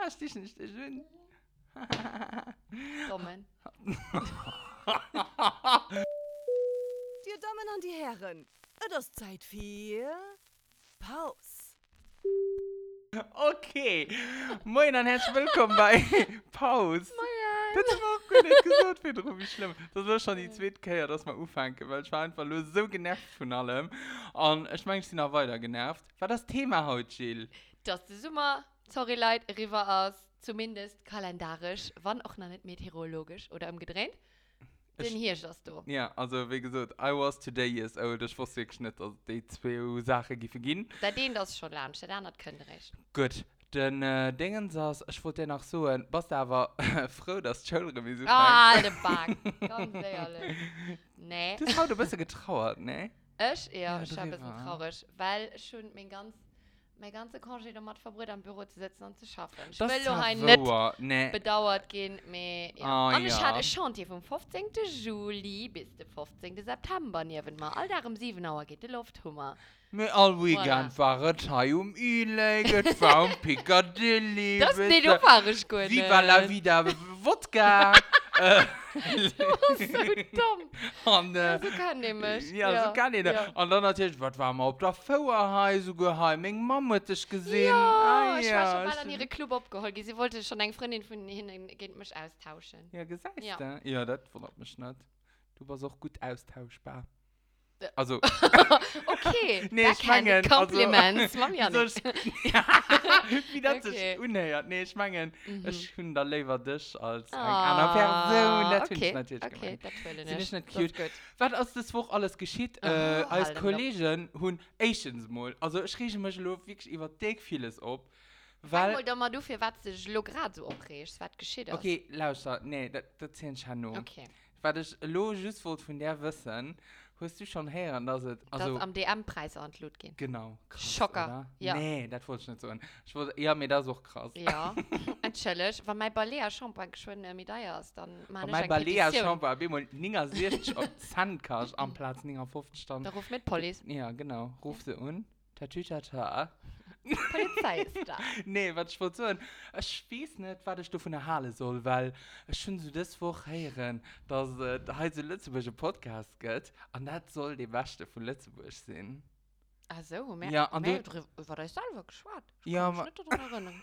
verarsch dich nicht. Ich bin... Kommen. Die Damen und die Herren, es ist Zeit für Pause. Okay. Moin und herzlich willkommen bei Pause. Moin. Das war auch gut nicht gesagt, Pedro, wie schlimm. Das war schon die zweite Kehr, dass wir anfangen, weil ich war einfach nur so genervt von allem. Und ich meine, ich bin noch weiter genervt. Was das Thema heute, Jill? Das ist immer, sorry Leute, River aus, zumindest kalendarisch, wann auch noch nicht meteorologisch oder umgedreht. Den hier ist das du. Ja, also wie gesagt, I was today years old. Ich wusste wirklich nicht, dass die zwei Sachen gehen. Da den das schon lernt, der andere könnte recht. Gut, dann Dingen saß, ich wollte dir noch so, was da war froh, dass die Schule so Alle Back, ganz ehrlich. Nee. Du hast heute ein bisschen getrauert, ne? Ich? Ja, ich bin ein bisschen River. traurig, weil schon mein ganze Congé damit verbrüht am Büro zu sitzen und zu schaffen. Ich Das will ist doch ja ein nicht wahr, ne? bedauert gehen, aber ja. Oh, Und ich ja. hatte Chantier vom 15. Juli bis den 15. September neben mal. All darum 7 Uhr geht die Lufthummer. Mir all weekend waren Teil Illegit, vom Piccadilly. Das ist nicht ufarisch gut. Viva la vida, Wodka. So dumm. Und, So kann nämlich. ja, so kann ich das. Und dann natürlich, was war mal auf der Vorhai so geheim? Meine Mama hat dich gesehen. Ja, ich war ja, schon mal an ihre Club abgeholt. Sie wollte schon eine Freundin von ihnen gehen mich austauschen. Ja, gesagt. Ja. Ja, das wundert mich nicht. Du warst auch gut austauschbar. Also, Okay, Nee, ich meine, also- Compliments, Mom ja so nicht. wie das Okay. sich unnähert. Nee, ich meine, ich finde da lieber dich als eine Ah, andere Person. Das finde okay, ich natürlich okay, gemeint. das will ich Sind nicht. nicht Das cute. ist gut. Was aus das Woche alles geschieht, Oh, als halt Kollegen haben Asians mal. Also ich rieche mich wirklich über dick vieles ab. Weil Weil, doch mal du für was dich gerade so aufregst, was geschieht ist. okay, lauscher, nee, das zählt schon noch. Okay. Was ich logisch wollte von der wissen, hast du schon hören, dass es, also, Das am DM-Preis an Blut gehen. genau. Krass, Schocker, oder? ja. Nee, das wollte ich nicht so. Ich wollte, ja, mir das auch krass. Ja, ein Challenge. Wenn mein Ballet schon schon Medaille ist, dann mache Und ich mein eine Ballet Petition. schon bei mir Ninger 60 auf Sandkasch am Platz Ninger 50 stand. Da ruft mit Police. Ja, genau. Ruf sie an. Tatütata. Polizei ist da. Nee, was ich wollte sagen, ich weiß nicht, was ich da von der Halle soll, weil ich schon so das Woche hören, dass da heute Lützeburger Podcast geht und das soll die beste von Lützeburg sein. Also, Ja, und mehr du- war das selber geschwart. Ja, Ich kann mich nicht daran erinnern.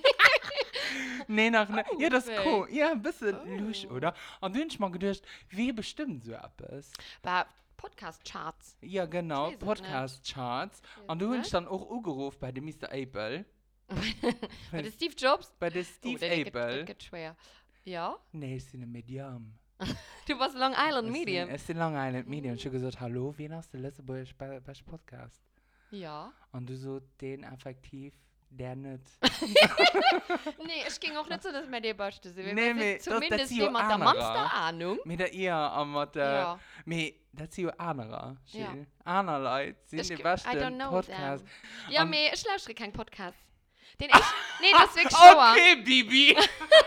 Nee, nach ne, ja, das ist okay. cool. Ja, ein bisschen Oh. lusch, oder? Und dann hab ich mal gedacht, wie bestimmt so etwas? Bei Podcast-Charts. Ja, genau, Ich weiß es Podcast-Charts. Und du hast dann auch angerufen bei dem Mr. Apple. Bei den Steve Jobs. Bei der Steve der Apple. geht schwer. Ja. Nee, es ist eine Medium. Du warst Long Island Medium. Es ist ein Long Island Medium. Ich habe gesagt, hallo, wen hast du letzte Woche bei Podcast? Ja. Und du so, den effektiv, der nicht. Nee, ich ging auch nicht so, dass mir die Beste sind. Nee, Wir das- sind das zumindest ist ja jemand der anderer. Monster-Ahnung. Mit der ihr, mit der. Ja. Me, das ist ja anderer. Ja. Andere Leute sind Ich die ge- I besten don't know Podcasts. them. Ja, Und- mir, ich lausche keinen Podcast. Den ich. Nee, das ist wirklich schlauer. Okay, Bibi.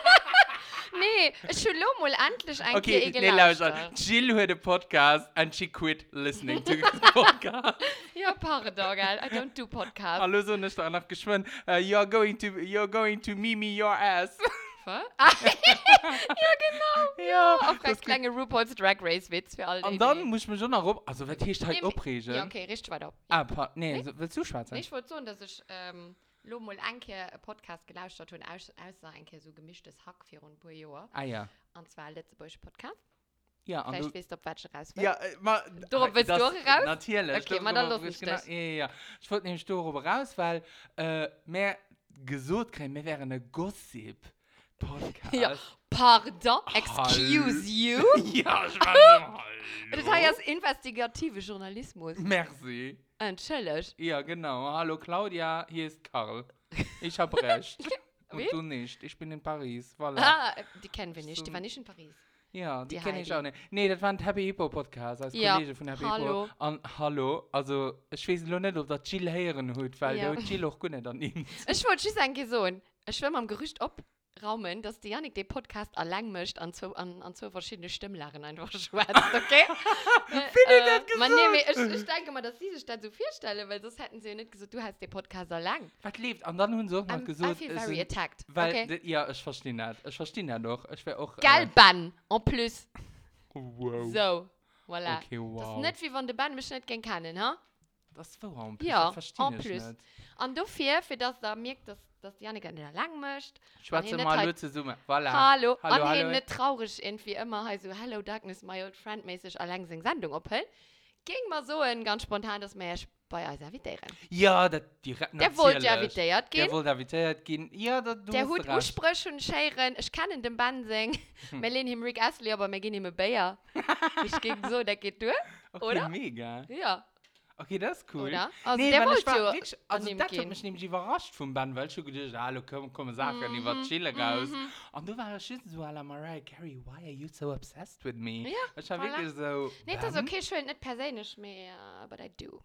Nee, ich will nur mal endlich ein Okay, Kegel nee, lauschen. lauscher. Jill hört den Podcast and she quit listening to the podcast. Ja, pardon, gell. I don't do podcasts. Hallo, so nicht danach geschwind. You're going to meme your ass. Was? Ah, ja, genau. Ja, Auf das ganz kleine RuPaul's Drag Race Witz für alle. Und dann muss ich mich schon noch rum. Also, was heißt halt Nee, abregen? Ja, okay, richtig weiter. Ah, nee, Nee? so, willst du schwarz sein? Ich wollte sagen, dass ich nur mal einen Podcast gelauscht habe und außer ein so gemischtes Hack für ein paar Jahre. Ah, ja. Und zwar letzte Podcast. Ja, und Vielleicht du. weißt du, ob was raus will. Ja, Darauf willst du auch raus? Natürlich. Okay, mal dann lass uns das. Ja. Ich wollte nämlich darüber raus, weil mehr gesucht kriegen, wir wären eine Gossip-Podcast. Ja. Pardon, excuse you. Ja, ich weiß Das heißt investigative Journalismus. Merci. Ein Challenge. Ja, genau. Hallo Claudia, hier ist Karl. Ich habe recht. Und Wie? du nicht. Ich bin in Paris. Voilà. Ah, die kennen wir nicht. So- Die waren nicht in Paris. Ja, die Die kenne ich Heidi. auch nicht. Nee, das war ein Happy Hippo Podcast als Ja, Kollege von Happy hallo. Hippo. Und hallo, also ich weiß noch nicht, ob das Jill hören hat, weil Ja. der hat Jill auch gut nicht an ihm. Ich wollte schon sagen, so, ich will mal am Gerücht ab. Raumen, dass die Janik den Podcast allein möchte an zwei verschiedene Stimmlagen einfach schwätzt, okay? Ich denke mal, dass diese Stadt so viel stelle, weil sonst hätten sie nicht gesagt, du hast den Podcast allein. Was lebt? Und dann haben sie auch noch gesagt, I feel very attacked. weil, Okay. Ja, ich verstehe nicht. Ich verstehe nicht doch. Ich wäre auch... Galban, en plus. Wow. So, voilà. Okay, wow. Das ist nicht wie wenn die Band mich nicht gehen kann, ha? Das ist warum? Ja, Das verstehe en ich plus. nicht. Und dafür, für das da merkt, dass die Janik nicht allein möchte. Schwarze Und hier mal nicht Lutze Summe. Voilà. Hallo, Hallo, und hallo. nicht traurig irgendwie immer also Hello Darkness, my old friend mäßig allein seine Sendung abhält. Ging mal so ein ganz spontan, dass wir bei uns invitieren. Ja, das Der wollte ja invitiert gehen. Der wollte invitiert gehen. Ja, das du Der hast hat recht. Aussprüche und Scheren. Ich kann in dem Band singen. Wir lehnen ihm Rick Astley, aber wir gehen ihm ein Bayer. Ich ging so, der geht durch. Okay, oder? mega. Ja, Okay, das ist cool. oder? Also Nee, der weil ich wollte war ja wirklich, an also ihm das hat gehen. mich nämlich überrascht vom Band, weil ich schon gedacht habe, hallo, komm Sachen, die war chillig aus. Und du warst schon so à la Mariah Carey, why are you so obsessed with me? Ja, Ich war voilà. wirklich so... Nee, das ist Ben? okay, ich will nicht persönlich mehr, but I do.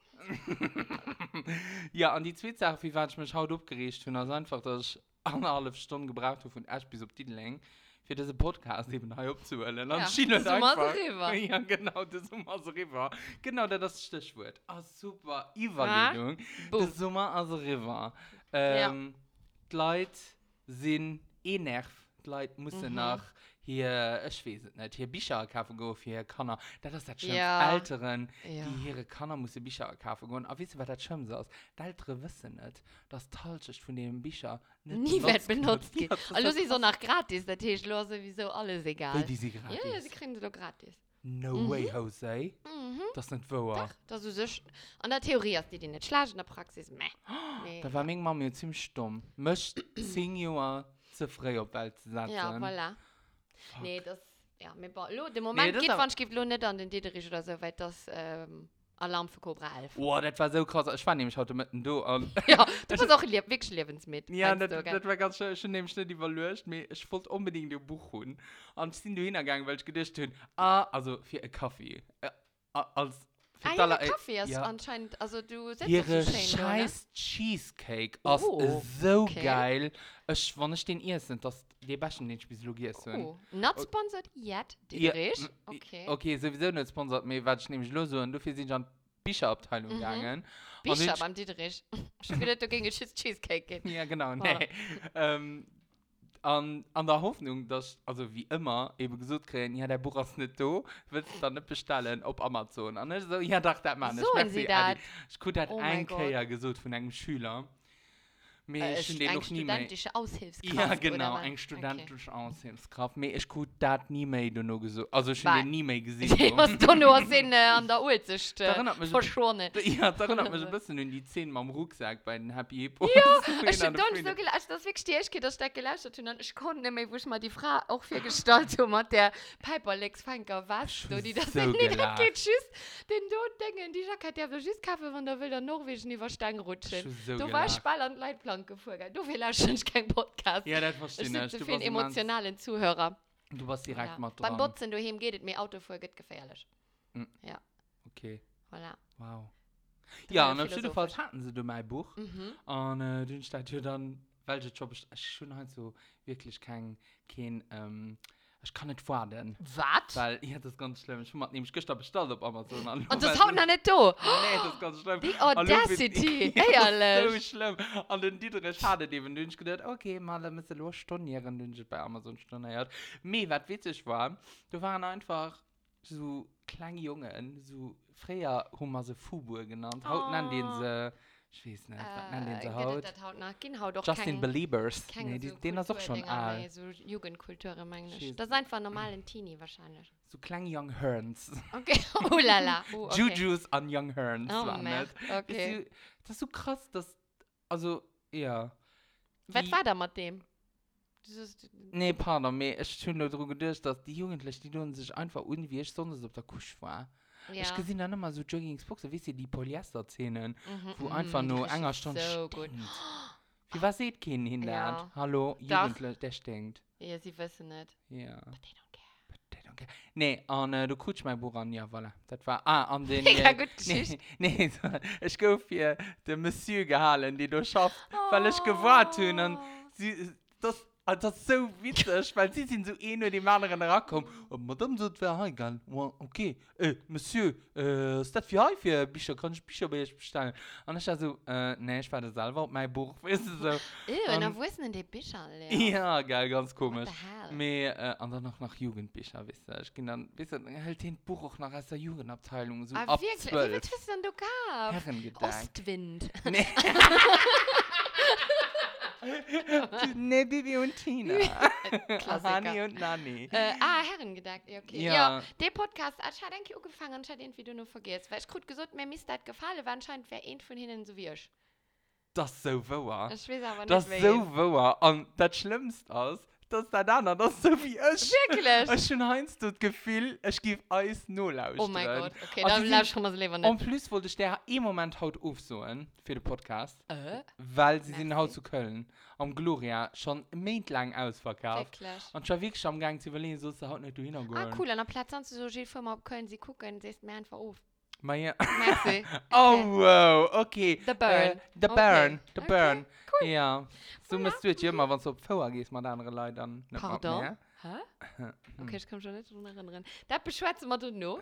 Ja, und die zweite Sache, wie war ich mich heute aufgeregt habe, ist einfach, dass ich 1,5 Stunden gebraucht habe von erst bis auf Titeln für diesen Podcast eben neu aufzuhören. Und Ja, schien das es ist immer so einfach... rüber. Ja, genau, das ist immer so rüber. Genau, das ist das Stichwort. Ah, super, Überlegung. Boom. Das ist immer also rüber. Die Leute sind nerv. Die Leute müssen nach hier, ich weiß es nicht, hier Bücher kaufen gehen für ihre Kinder. Das ist das schon Ja. Älteren, Ja. die ihre Kinder müssen Bücher kaufen gehen. Aber wisst ihr, was das schon so ist? Die Älteren wissen nicht, dass die Hälfte von den Büchern Nie wird benutzt. Ja, das ist Also so sie so krass. nach gratis, das ist los sowieso alles egal. Weil die sie gratis. Ja, sie kriegen sie doch gratis. No way, Jose. Das ist nicht wahr. Das ist so an der Theorie hast du die nicht schlecht, in der Praxis meh. Nee. Da war meine Mama ziemlich stumm. Möchte 10 Jahre zu früh auf die Welt zu setzen. Ja, voilà. Nee, das, ja, mir der Moment das geht, aber- wann es gibt lo nicht an den Dieterich oder so, weil das Alarm für Cobra 11. Boah, das war so krass. Ich war nämlich heute mitten da. Und Ja, du bist auch wirklich lebensmit. ja, meinst das du, gell? war ganz schön. Ich nehme nicht überlöst. Ich wollte unbedingt ein Buch holen. Und ich bin da hingegangen, weil ich gedacht habe, also für einen Kaffee. Als für Ah, Dollar- ja, Kaffee ist ja. anscheinend, also du setzt Ihre das so schön, oder? scheiß Cheesecake Oh, ist so okay. geil. Wenn ich den esse, das die besten, den ich bis jetzt gegessen Oh, not sponsored yet, Ja, Dieterich. Okay. Okay, sowieso nicht sponsert mir, was ich nämlich los und dafür sind schon Bücherabteilung gegangen. Und Bischof ich- am Dieterich. Ich hab gedacht, du gingst Cheesecake gehen. Ja, genau, Voilà. nee. An der Hoffnung, dass, also wie immer, eben gesagt kriegen, ja, der Buch ist nicht da, willst du dann nicht bestellen auf Amazon. Und ich so, ja, doch, das Mann. So haben sie das. Ich konnte das Oh mein ein Gott. Kehr gesagt von einem Schüler. Mir ist den Eine noch nie mehr. studentische Aushilfskraft. Ja, oder genau, was? ein studentische Aushilfskraft. Mir ist gut, das nie mehr noch gesagt. Also, ich Weil- habe den nie mehr gesehen. Okay, was du nur sind an der Uhrzeit Da erinnert mich- verschonen. Ja, da erinnert mich ein bisschen an die 10 am Rucksack bei den Happy Hippo. Ich hab dann so gelacht, das ist wirklich die erste, dass ich das gelacht habe. Und ich konnte nicht mehr, wo ich mal die Frau auch für gestaltet habe, mit der Piper Lex Franker, was Ich du, hab die das so nicht gelacht. geht, tschüss. Den Tod denken, die Jacke hat ja just Kaffee, wenn der will, der Norwegen über Stein rutschen. So Du warst Spall an Leitplanke gegangen. Du willst schon kein Podcast. Ja, das verstehe Ich ich. sind nicht. zu Du viele warst immens- emotionalen Zuhörer. Du warst direkt Ja. mal Beim dran. Botzen daheim geht es mir Auto voll geht gefährlich. Okay, Voilà. wow. Das Ja, war und auf jeden Fall philosophisch. hatten sie da mein Buch. Mhm. Und dann steht hier dann, welche Job ich schon halt so wirklich kein ich kann nicht warten. Was? Weil, ja, das ist ganz schlimm. Ich habe nämlich gestern bestellt auf Amazon. Und das haut noch nicht da. Nee, das ist ganz schlimm. Die Und dann Audacity. ja, das ist Ehrlich. so schlimm. Und dann Dietrich hatte eben, und ich gedacht, okay, mal ein bisschen los stornieren, und ich bei Amazon storniert. Mir, was witzig war, da waren einfach so kleine Jungen, so früher haben wir sie Fubu genannt. Heute nennen den sie, ich weiß nicht, was nennen den sie heute? Justin Beliebers. Nee, den ist auch schon alt. So Jugendkultur im Englisch. Jeez. Das ist einfach normal ein Teenie wahrscheinlich. So kleine Young Herns. Okay. Oh lala. Oh, okay. Jujus an Young Herns. Oh waren Mann. nicht. Okay. Das ist so krass, dass, also, ja. Was Die- war da mit dem? Das ist, Nee, pardon, aber ich habe nur darüber gedacht, dass die Jugendlichen, die tun sich einfach unwirsch, sonst auf der Kusch war. ja. Ich gesehen dann immer so Joggingsboxen, wisst ihr, die Polyester-Szenen, Mhm, wo mhm, einfach nur das enger ist Stunde so stinkt. gut. Wie was seht keinen hinter? Ja. Hallo, Doch. Jugendliche, der stinkt. Ja, sie wissen nicht. Ja. But they don't care. They don't care. Nee, und du guckst mein Buch an, ja, voilà. Das war, an den... Mega gut nee, Geschichte. nee, so, ich gehe für den Monsieur gehalten, die du schaffst, weil ich gewartet habe und sie, Und das ist so witzig, weil sie sind so nur die anderen rankommen. Und Madame sagt, wer heimgehen? Okay, Monsieur, ist das für heute für Bücher? Kann ich Bücher bei euch bestellen? Und ich war so, nee, ich werde selber auf mein Buch, weißt du so. Na, wo ist denn die Bücher? Ja, geil, ganz komisch. What the hell? Und dann noch Jugendbücher, weißt du. Ich ging dann, weißt du, hält den Buch auch noch aus der Jugendabteilung, so ab Wirklich? 12. Wie wird es denn du gab? Herrengedanken. Ostwind. Nee. Nee, Bibi und Tina. Hani und Nani. Herrengedanken, ja, okay. Ja. Ja, der Podcast, ich habe eigentlich angefangen, ich habe irgendwie du nur vergisst, weil ich gut gesagt, mir ist das gefallen, weil anscheinend wäre ein von ihnen so wie ich. Das ist so wahr. Ich weiß aber nicht, Das ist wer so wahr. Und das Schlimmste ist, dass der Dana, das ist so wie ich. Wirklich? Ich schon heinz das Gefühl, ich gebe alles null aus. Oh mein Gott, okay, Also dann sie- bleib ich schon mal das Leben Und nicht. plus wollte ich der im Moment haut aufsuchen für den Podcast, Äh? weil sie sind Merci. haut zu Köln. Am Gloria schon ein Monat lang ausverkauft. Wirklich. Und ich war wirklich am Gang zu überlegen, so ist er halt nicht hingehen. Ah, cool, an der Platz sonst so viel Firma können sie gucken, siehst mir einfach auf. Aber ja. Merci. Oh, Okay. wow, okay. The Burn. The Okay. Burn, the Okay, Burn. cool. Ja. So Voilà. müsst du jetzt immer, wenn du auf Fauer gehst, mit anderen Leuten dann nicht mehr Pardon? mehr. Hä? Okay, ich kann mich schon nicht daran erinnern. Das beschwätzen wir du noch.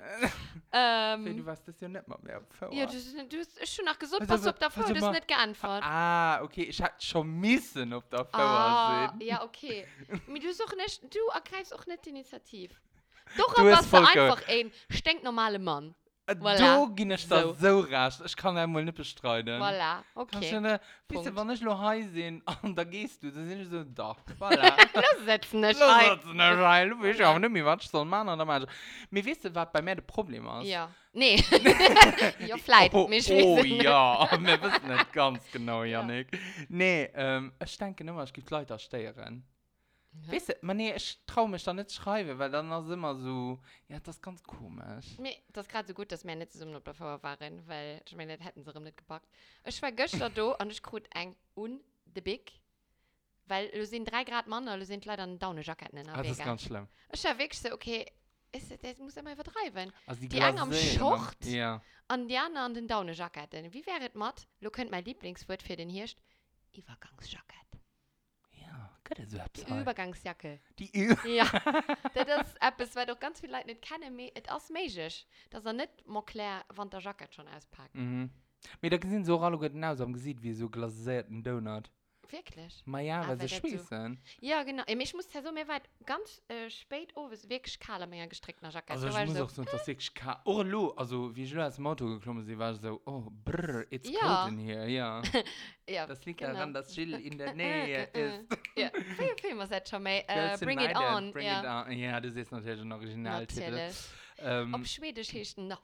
Du weißt das ja nicht mehr auf Fauer. Ja, du hast schon nach gesagt, Also, was auf der Frau warte das mal. nicht geantwortet. Ah, okay, ich hatte schon müssen auf der Fauer sehen. Ja, okay. Aber du suchst nicht, du ergreifst auch nicht die Initiative. Doch, Du aber hast was du voll einfach ein stinknormaler Mann. Voilà. Du gehst das So. so rasch. Ich kann einmal nicht bestreiten. Voilà, Kannst du okay. nicht, weißt du, Punkt. wenn ich noch heim sehe und da gehst du, dann sind ich so da. Voilà. Los setzen nicht Los, ein. das ist nicht rein. Du weißt auch nicht mehr, was ich soll machen oder machen. Wir wissen, was bei mir das Problem ist. Ja. Nee. Ja, vielleicht. Oh, Mich oh wissen nicht. ja, wir wissen nicht ganz genau, Ja. Janik. Nee, ich denke immer, es gibt Leute, die steuern. Ja. Weißt du, man, nee, ich traue mich da nicht schreiben, weil dann ist immer so, ja, das ist ganz komisch. Das ist gerade so gut, dass wir nicht zusammen auf der Fauer waren, weil ich meine, das hätten sie ihm nicht gepackt. Ich war gestern da und ich krieg ein The Big, weil du sind 3 Grad Mann, du sind leider ein Daune-Jacket in der Das ist ganz schlimm. Ich war wirklich so, okay, das muss immer übertreiben. Also Die einen am Glasé, Schort. Ja. Und die anderen an den Daune-Jacketten. Wie wäre es matt? Du könnt mein Lieblingswort für den Hirsch. Übergangsjacket. Ja, geht so etwas. Die Übergangsjacke. Die Ü. Ja, das ist etwas, weil doch ganz viele Leute nicht kennen, aber es ist magisch, dass er nicht mal klar, wann der Jacket schon auspackt. Mhm. Mir da gesehen so alle genauso am Gesicht wie so glasierten Donut. Wirklich? Ma ja, weil Aber sie dazu- schweißen. Ja, genau. Ich muss ja so mir weit ganz spät oben wirklich kahl mehr gestrickter Jacket. Also Da ich war muss so, auch so, dass ich kann. Oh, lo, also wie ich aus dem Auto gekommen bin, war ich so, oh, brrr, it's Ja. cold in here, ja. ja, Das liegt genau. daran, dass Jill in der Nähe ist. Ja, viel was jetzt schon mehr. Girls Bring in it my dad, on. Bring Ja, it on. Ja, du siehst natürlich einen Originaltitel. natürlich. Auf Schwedisch hieß es noch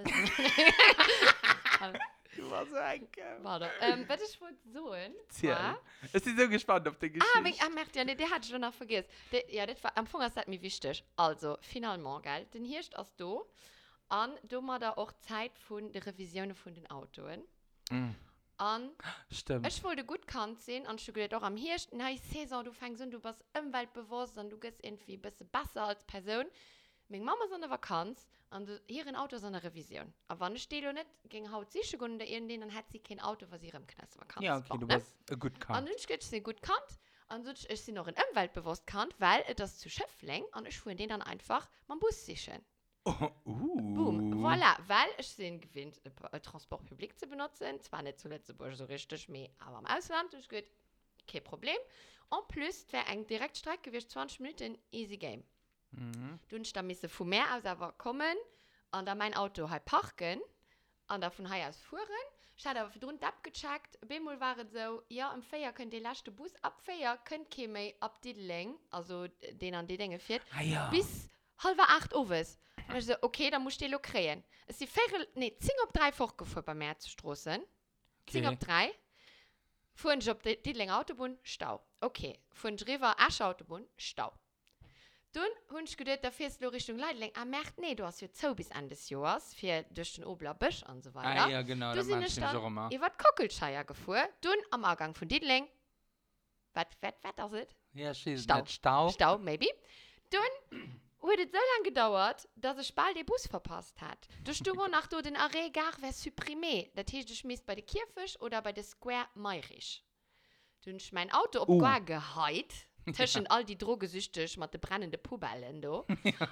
Du warst so ein Kerl. Warte, was ich wollte sagen, Tja. war... Ich bin so gespannt auf die Geschichte. Merkt ja, der hat schon noch vergessen. Ja, das war am Anfang ist das mir wichtig. Also, finalement, gell? Den Hirsch ist da. Und du machst da auch Zeit von der Revision von den Autos. Mhm. Und Stimmt. ich wollte gut kannt sehen und ich habe gedacht, auch am Hirsch, neue Saison, du fängst an, du bist umweltbewusst und du gehst irgendwie ein bisschen besser als Person. Meine Mama ist an der Vakanz und hier ein Auto ist an der Revision. Aber wenn ich stehe nicht, ging haut sie schon unter irgendeinen, dann hat sie kein Auto, was ihr im Knast Vakanz Ja, okay, du ne? bist ein gut Und Kannt. dann geht sie gut kannt und so ist sie noch in umweltbewusst kannt, weil das zu Schöffling und ich fuhr den dann einfach mit dem Bus sichern. Oh, Boom, voilà, weil ich sie gewinnt, Transport publik zu benutzen, zwar nicht zu Lützeburg so richtig mehr, aber im Ausland, das geht kein Problem. Und plus, wäre ein Direktstrecke gewesen, 20 Minuten, easy game. Mhm. Du musst dann müssen von mehr aus aber kommen und dann mein Auto halt parken und dann von hier aus fahren. Ich hatte aber drunter abgecheckt, beinmal war es so, ja, am Feier könnt ihr letzte Bus ab Feier, könnt ihr mehr ab die Länge, also den an die Dinge fährt, Ah ja. bis 7:30 Uhr ist. Und ich so, okay, dann musst du die kriegen. Es ist die 10 ab 3 vorgefahren bei mir zu Straßen. 10 ab 3. Fuhren ich auf die Länge Autobahn, Stau. Okay. Fuhren ich rüber, Asche Autobahn, Stau. Dann habe ich gedacht, da fährst du Richtung Leitling. Ah, merkt, nee, du hast ja so bis Ende des Jahres, für durch den Obler Busch und so weiter. Ah ja, genau, Du da sind meinst du nicht mich auch dann, immer. ich war Kockelscheier gefahren, dann am Ausgang von Dietling. Was ist es? Ja, schieß Stau. nicht Stau. Stau, maybe. Dann hat es so lange gedauert, dass ich bald den Bus verpasst hat. Du stehst nach du den Arrêt Gare vers Supprimé. Das heißt, du schmiss bei der Kirfisch oder bei der Square Meirisch. Dann ist mein Auto auf Gare geheit. Zwischen all die Drogesüchtig mit den brennenden Puballen, da.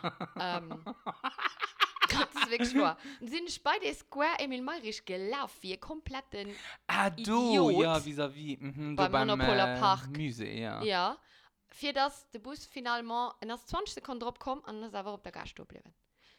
Das ist wirklich wahr. Und sind ich bei der Square Emil Meirich gelaufen, wie kompletten du, Idiot. ja, vis-à-vis. Beim Monopoler Park. Musee, ja. Ja. Für das der Bus finalement in 20 Sekunden drauf kommt und dann ist er auf der Gaststube bleiben.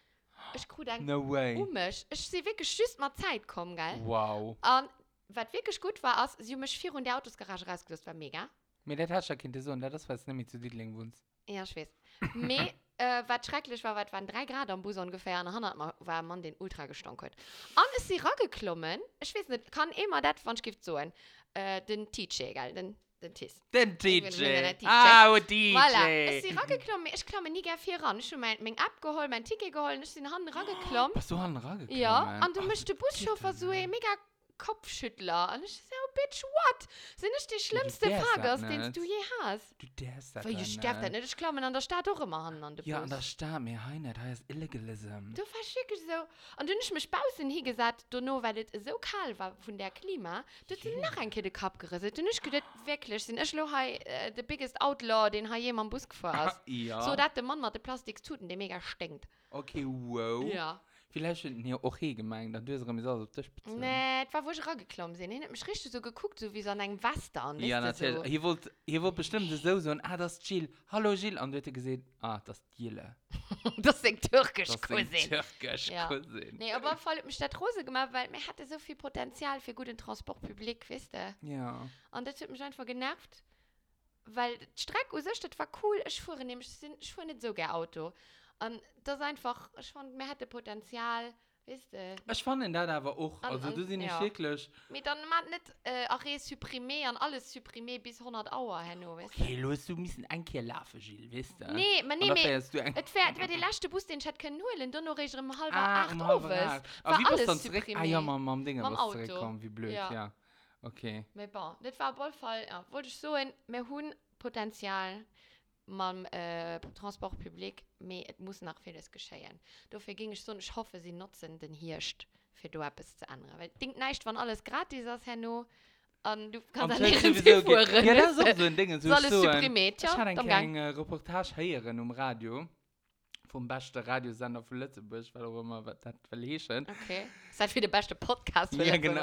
Ich kriege dann No way. mich. Ich sehe wirklich schüss mal Zeit kommen, gell? Wow. Und was wirklich gut war, ist, sie haben mich 4 in der Autosgarage rausgelöst, war mega. Mir das hat ja keine Sohn, das weiß nicht mehr zu Dietling wohnst. Ja, ich weiß. Me, was schrecklich war, was waren 3 Grad am Bus ungefähr, und dann war man den ultra gestonkert. Und ist sie rangeklommen, ich weiß nicht, kann immer das, wann ich gibt so ein, den TJ, gell, den Tiss. Den Ich bin DJ. der DJ. Ah, DJ. Voilà, ist sie rangeklommen, ich klomme nie gerne 4 ran. Ich habe mein App geholt, mein Ticket geholt, und ich bin in den Hand rangeklommen. Was du an rangekommen? Ja, und du musst den Buschauffeur so ein mega Kopfschüttler. Und ich so, bitch, what? Sind nicht die schlimmste darfst Frage, das den nicht. du je hast? Du darfst das Weil ich sterbe das nicht. Ich glaube, an der Stadt auch immer an den Ja, Bus. und das steht mir heinet, heißt Illegalism. Du warst wirklich so. Und dann ist mich draußen hier gesagt, du nur, weil es so kalt war von der Klima, du hast noch ein Kind den Kopf gerissen. Du nicht gedacht, wirklich, sind ich noch der biggest Outlaw, den jemand im Bus gefahren ist. Ja. So, dass der Mann mit den Plastiktuten, der mega stinkt. Okay, wow. Ja. Vielleicht hätten hier auch hier gemeint, dann dürfen wir so auf Tisch bezahlen. Nee, das war, wo ich rangeklommen bin. Ich habe mich richtig so geguckt, so wie so an einem Western. Ja, weißt du, natürlich. so. Hier wollt bestimmt so ein, das ist Jill. Hallo Jill. Und du hättest gesehen, das ist Jille. Das ist türkisch Das Cousin. ist türkisch Ja. Cousin. Nee, aber voll hat mich das Rose gemacht, weil mir hatte so viel Potenzial für guten Transportpublik, weißt du. Ja. Und das hat mich einfach genervt, weil die Strecke aus sich, das war cool. Ich fuhre nicht so gerne Auto. Und das ist einfach, ich fand, mir hatte Potenzial, weißt du. Ich fand ihn da aber auch. Also, du siehst nicht ja. wirklich. Mit dann man nicht Arrêt supprimé und alles supprimé bis 100 Euro, Hanno, weißt du. Okay, los, du musst ein Kehr laufen, Jill, weißt du? Nee, man Und da nee, fährst du ein. es wär der letzte Bus, den ich hätte können holen, dann noch ich um halb Ah, 8 um Uhr. halb War acht. Aber wie bist du dann alles zurück? supprimé. Ah ja, mit dem Ding, Mit dem was Auto. zurückkommen, wie blöd, Ja. ja. Okay. Aber bon, das war auf jeden Fall, ja, wollte ich so ein, wir haben Potenzial mit Transportpublik, aber es muss noch vieles geschehen. Dafür ging ich so, ich hoffe, sie nutzen den Hirsch für du etwas zu ändern. Weil denkt nicht, wenn alles gratis ist, Hanno, und du kannst dann nicht sowieso fahren. ja, das ist auch so ein Ding. So alles supprimiert, Ich ja, hatte eine dann gang. kleine Reportage hören im Radio. Vom besten Radiosender von Lützeburg, weil auch immer das verlesen. Okay. Seid für den besten Podcast. Ja, genau.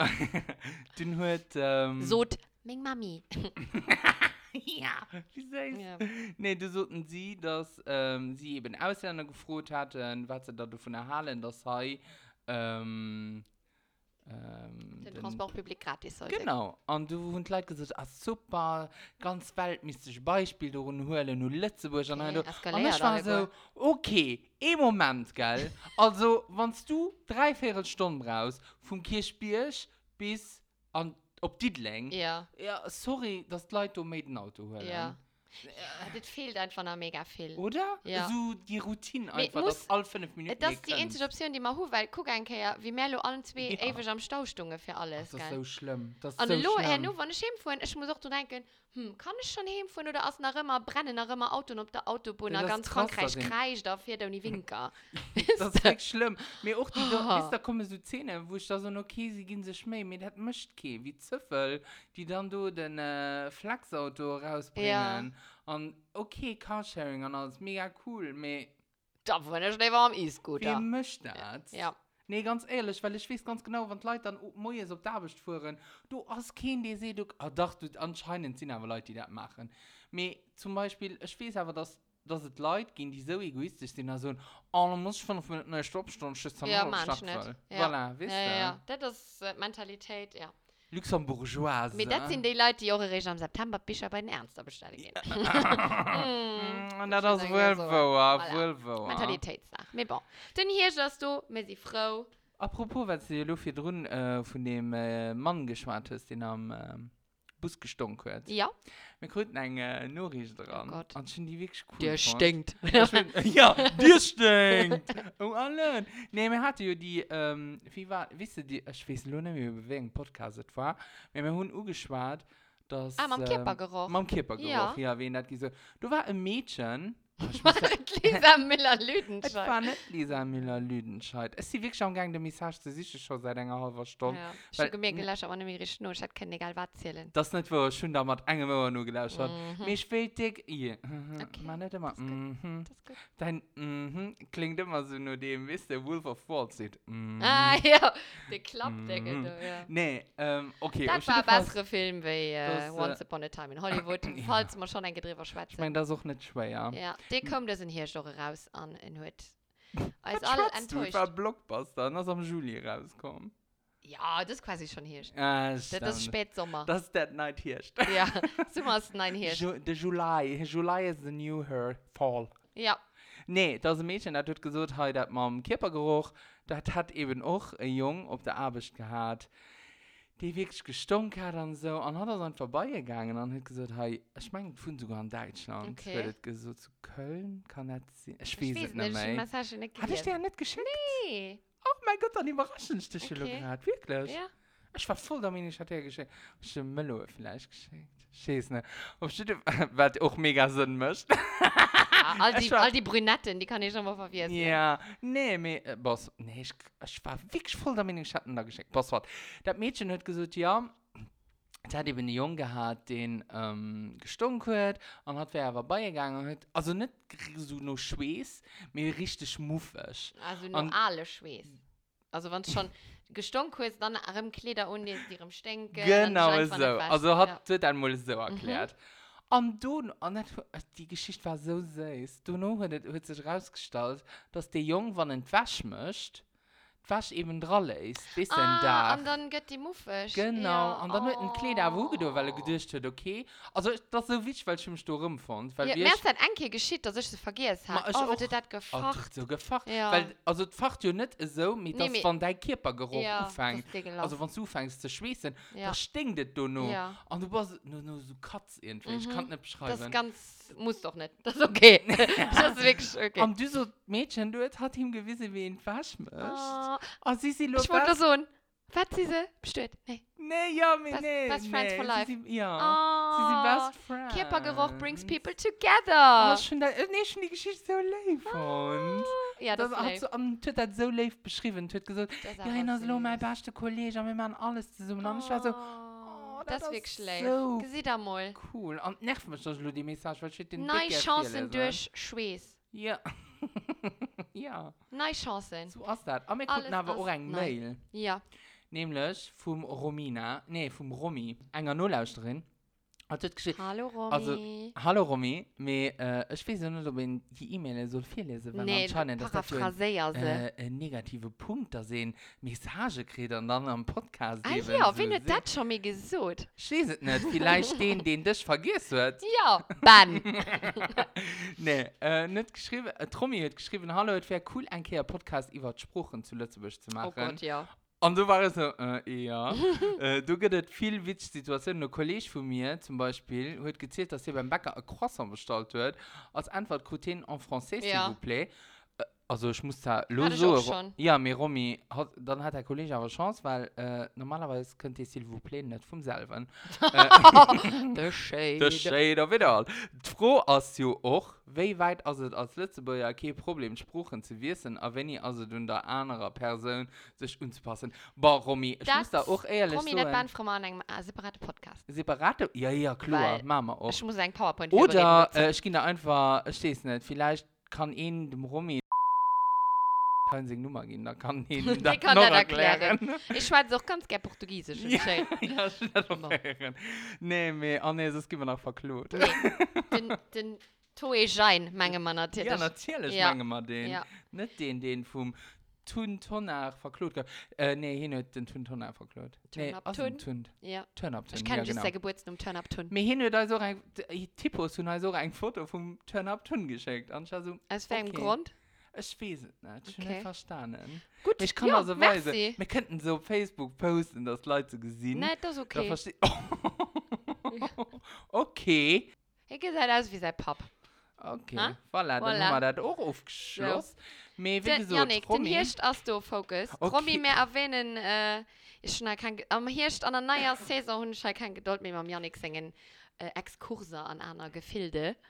Dann hat... Sot, Ming Mami. Ja, wie süß. Ja. Nee, du sollten sie, dass sie eben Ausländer gefroht hatten, was sie da davon erhalten, dass sei Den Transportpublik gratis sollte. Genau. Und du hast Leute gesagt, super, ganz weltmeistiges Beispiel, da holen nur Lützeburg. Und Okay, ich eskaliert war alle so, gut. okay, im Moment, gell? Also, wenn du 3/4 Stunden brauchst, vom Kirchbirch bis an ob Dietling, Ja. ja, sorry, dass die Leute mit dem Auto holen. Ja. Das fehlt einfach noch mega viel. Oder? Ja. So die Routine Mit einfach, muss- dass alle 5 Minuten Das ist die einzige Option, die man hat, weil guck einmal, wie mehr allen zwei Ja. ewig am Stau stehen für alles. Das ist gell? so schlimm. Das ist Und so lo, schlimm. nur wenn ich heimfahren, ich muss auch so denken, kann ich schon heimfahren oder ist noch immer brennen, noch immer Auto auf der Autobahn, Ja, das ganz ist krass, Frankreich das kreischt, da fährt auch nicht Winker. Das ist wirklich schlimm. Mir auch die, Oh. da kommen so Szenen, wo ich da so, okay, sie gehen sich mehr, mir das mischt kein, wie Züffel, die dann do den Flachsauto rausbringen. Ja. Und okay, Carsharing und alles, mega cool, aber Da wohne ich lieber am E-Scooter. wer möchte das? Ja. Nee, ganz ehrlich, weil ich weiß ganz genau, wenn die Leute dann morgens auf die Arbeit fahren, du hast keinen, der sieht, doch, du, anscheinend sind aber Leute, die das machen. Aber zum Beispiel, ich weiß aber, dass es Leute gibt, die so egoistisch sind, also, oh, dann muss ich 5 Minuten eine Stoppstunde, schützt Ja, manch nicht. Ja. Voilà, wisst Ja, ihr? ja, ja. Das ist Mentalität, ja. Luxembourgeoise. Aber das sind die Leute, die auch im September bis bei den Ernster bestellen gehen. Und das ist wohl so. wahr, Voilà. wohl wahr. Mentalitätssache. Aber bon. Dann hier hast du, wir sind froh. Apropos, was du hier drin von dem Mann geschwärzt hast, den am Bus gestunken hat. Ja. Wir kriegen eine Nachricht dran. Oh Gott. Und schon die wirklich cool. Der fand. stinkt. Ja, der stinkt. Oh, allein. Nee, wir hatten ja die, wie war, wisst ihr, die, ich weiß nur nicht mehr, über welchen Podcast es war, wir haben angeschwärzt, dass... Ah, mit dem Kippergeruch. Mit dem Kippergeruch, Ja. ja, wen hat gesagt. Du war ein Mädchen, Lisa Es Müller-Lüdenscheid. war nicht Lisa Müller-Lüdenscheid. Es ist sie wirklich schon gegangen, der Message zu sich schon seit einer halben Stunde. Ja, ich Weil- habe gemerkt, gelauscht, aber nicht mehr richtig nur. Ich hatte kein egal was zählen. Das ist nicht, wo ich schon da mit einem Ohr nur gelauscht habe. Mhm. Mich fehlt dick. Ja. Okay, Man nicht immer. das ist gut. Mhm. Das ist gut. Dein klingt immer so nur dem, wisst ihr, Wolf of Wall Street. Mhm. Ah, ja. Der Klappdeckel, Mhm. du, ja. Nee, okay. Das auf war ein jeden Fall- besserer Film wie Das, Once Upon a Time in Hollywood. Ja. Falls man schon ein drüber schwätzen. Ich meine, das ist auch nicht schwer. Ja, der kommt das in hier schon raus an in heute. Als Was alle schwatzt du? enttäuscht. War Blockbuster, das am Juli rauskommt. Ja, das ist quasi schon hier. Das Das ist Spätsommer. Das ist Dead Night Hirsch. Ja, Sommer ist nein hier. The July. July is the new her fall. Ja, Nee, das Mädchen das hat gesagt, hey, dass man Körpergeruch, das hat eben auch ein Jung auf der Arbeit gehabt, die wirklich gestunken hat und so. Und hat er dann vorbeigegangen und hat gesagt, hey, ich meine, ich finde sogar in Deutschland. Okay. Wird das gesagt, zu Köln kann das sein? Ich ich weiß es weiß nicht nicht, ich mehr. Massage nicht Hat ich dir gesehen. ja nicht geschickt? Nee. Oh mein Gott, dann überraschend ist das Okay. gerade, wirklich. Ja. Ich war voll damit, ich hatte ja geschickt. Ich habe Melo vielleicht geschickt. Ich weiß nicht. Ob ich das, was auch mega Sinn macht. Ja, Ich war- all die Brünetten, die kann ich schon mal verwirren. Ja, nee, Boss, nee, ich war wirklich voll damit, ich hatte ihn da geschickt. Boss, was? Das Mädchen hat gesagt, ja, es hat eben einen Jungen gehabt, den gestunken hat und hat wer aber beigegangen und hat, also nicht so nur Schweiß, mir richtig muffig. Also nur Und- alle Schweiß. Also wenn es schon gestunken ist, dann am Kleider und ihrem Stinken. Genau dann ist so. einfach nicht wasch. Also hat Ja. das dann mal so erklärt. Und du, die Geschichte war so süß. Du hat sich rausgestellt, dass der Junge, wenn er Wäsch möchte, die Wäsch eben dran ist, bis er darf. Und dann geht die Muffig. Genau, Ja. und dann wird ein Kleider wogen, weil er gedacht hat, okay. Also, das ist so wichtig, weil ich mich da rumfand. Weil Ja, wir. mir ist das ein geschieht, dass ich es vergessen Ma, habe. ich Oh, auch. wird das Oh, das gefacht? ist so gefacht. Ja. Weil, also, das facht ja nicht so, mit Nee, das mit- von deinem Körpergeruch Ja, anfängt. das ist ekelhaft. Also, wenn du anfängst zu schweißen, Ja. das stinkt das da noch. Ja. Und du warst nur so Katz irgendwie. Ich Mhm. kann nicht beschreiben. Das ist ganz, muss doch nicht. Das ist okay. Das ist wirklich okay. Und du so, Mädchen, du hat ihm gewissen, wie ihn waschen möchte. Oh, Oh, sie sind ich wollte so ein. Was sie so? Bestimmt. Nee. Nee, ja, mir Best- nee. best friends nee. for life. Sie sind, ja. Oh, Sie sind best friends. Körpergeruch brings people Oh, together. schon da, nee, schon die Geschichte so live und Ja, das das ist hat live. so, hat das so live beschrieben. Hat gesagt, Das ist ja, einfach das ist mein süß. bester Kollege, wir machen alles zusammen. Und ich war so, Das ist das wirklich ist schlecht. so Sieh da mal. cool. Und nervt mich das, die Message, weil ich den Neue Dicker Chancen erzähle, durch Schweiß. Ja. Ja, Neue Chancen. so ist das. Aber wir Alles gucken aber auch ist eine neu. Mail. Ja. Nämlich vom Romy, einer Nullaussterin. Hat das geschrieben. Hallo Romy. Also, hallo Romy, aber ich weiß nicht, ob ich die E-Mail so viel lese, weil nee, anscheinend das dafür paraphrasier sie. ein negative Punkt da sehen, Message kriegt und dann am Podcast Ah eben ja, so wen hat sehen. das schon mal gesucht? Ich weiß es nicht, vielleicht den das vergisst wird. Ja, Bann. Nee, nicht geschrieben, Romy hat geschrieben, hallo, es wäre cool, ein Podcast über Sprachen zu Lützburg zu machen. Oh Gott, ja. Und du warst so, ja. Du gibt viel witzige Situationen. Ein Kollege von mir zum Beispiel hat gezählt, dass er beim Bäcker ein Croissant bestellt wird. Als Antwort, Croûte en français, s'il Ja. vous plaît. Also ich muss da Hatte ich auch schon. Ja, mir Romy, dann hat der Kollege aber Chance, weil normalerweise könnte s'il vous plaît nicht vom selber. The Shade. Das steht da wieder. Die Frau ist ja auch, wie weit also als Lützeburger kein Problem, Sprachen zu wissen, aber wenn ihr also dann der andere Person sich anzupassen. Boah, Romy, ich muss da auch ehrlich Romy, das war sagen. von mir ein separater Podcast. Separate? Ja, klar, Weil machen wir auch. Ich muss einen PowerPoint Oder vorbereiten. ich gehe da einfach, ich weiß nicht, vielleicht kann ihn dem Romy keine Nummer geben, da kann ihn Die das kann noch das erklären. erklären. Ich schwätze auch ganz gerne Portugiesisch. Ja, Schön. ja, ich will das noch erklären. Nee, das gibt mir noch verklot. Nee, den Toe Schein, meine man natürlich. Ja, natürlich Ja. machen wir den. Ja. Nicht den vom Tuntonar verklot. Nee, hier nicht den Tuntonar verklot. Nee, Turn-up also Tun? Tun. Ja. Turn-up Tun, Ich kann ja, just genau. der Geburtstag Turn-up-Tun. Mir hin da so ein Tippos und so ein Foto vom Turn-up Tun geschickt. Und ich war so, Aus welchem okay. Grund? ich weiß es nicht, ich Okay. nicht verstanden. Gut, Ich kann ja, also weisen, merci. wir könnten so auf Facebook posten, dass Leute gesehen. Nein, das ist Da okay. verstehe Okay. Ich sehe aus wie sein Pap. Okay. Ha? Voilà, dann Voilà. haben wir das auch aufgeschlossen. Mir wie Den, gesagt, Janik, den Romy- Hirsch hast du Fokus. Okay. Romy, wir erwähnen, ich schon kein, am Hirsch an der neuen Saison habe ich kein Geduld mehr mit Janik singen Exkurse an einer Gefilde.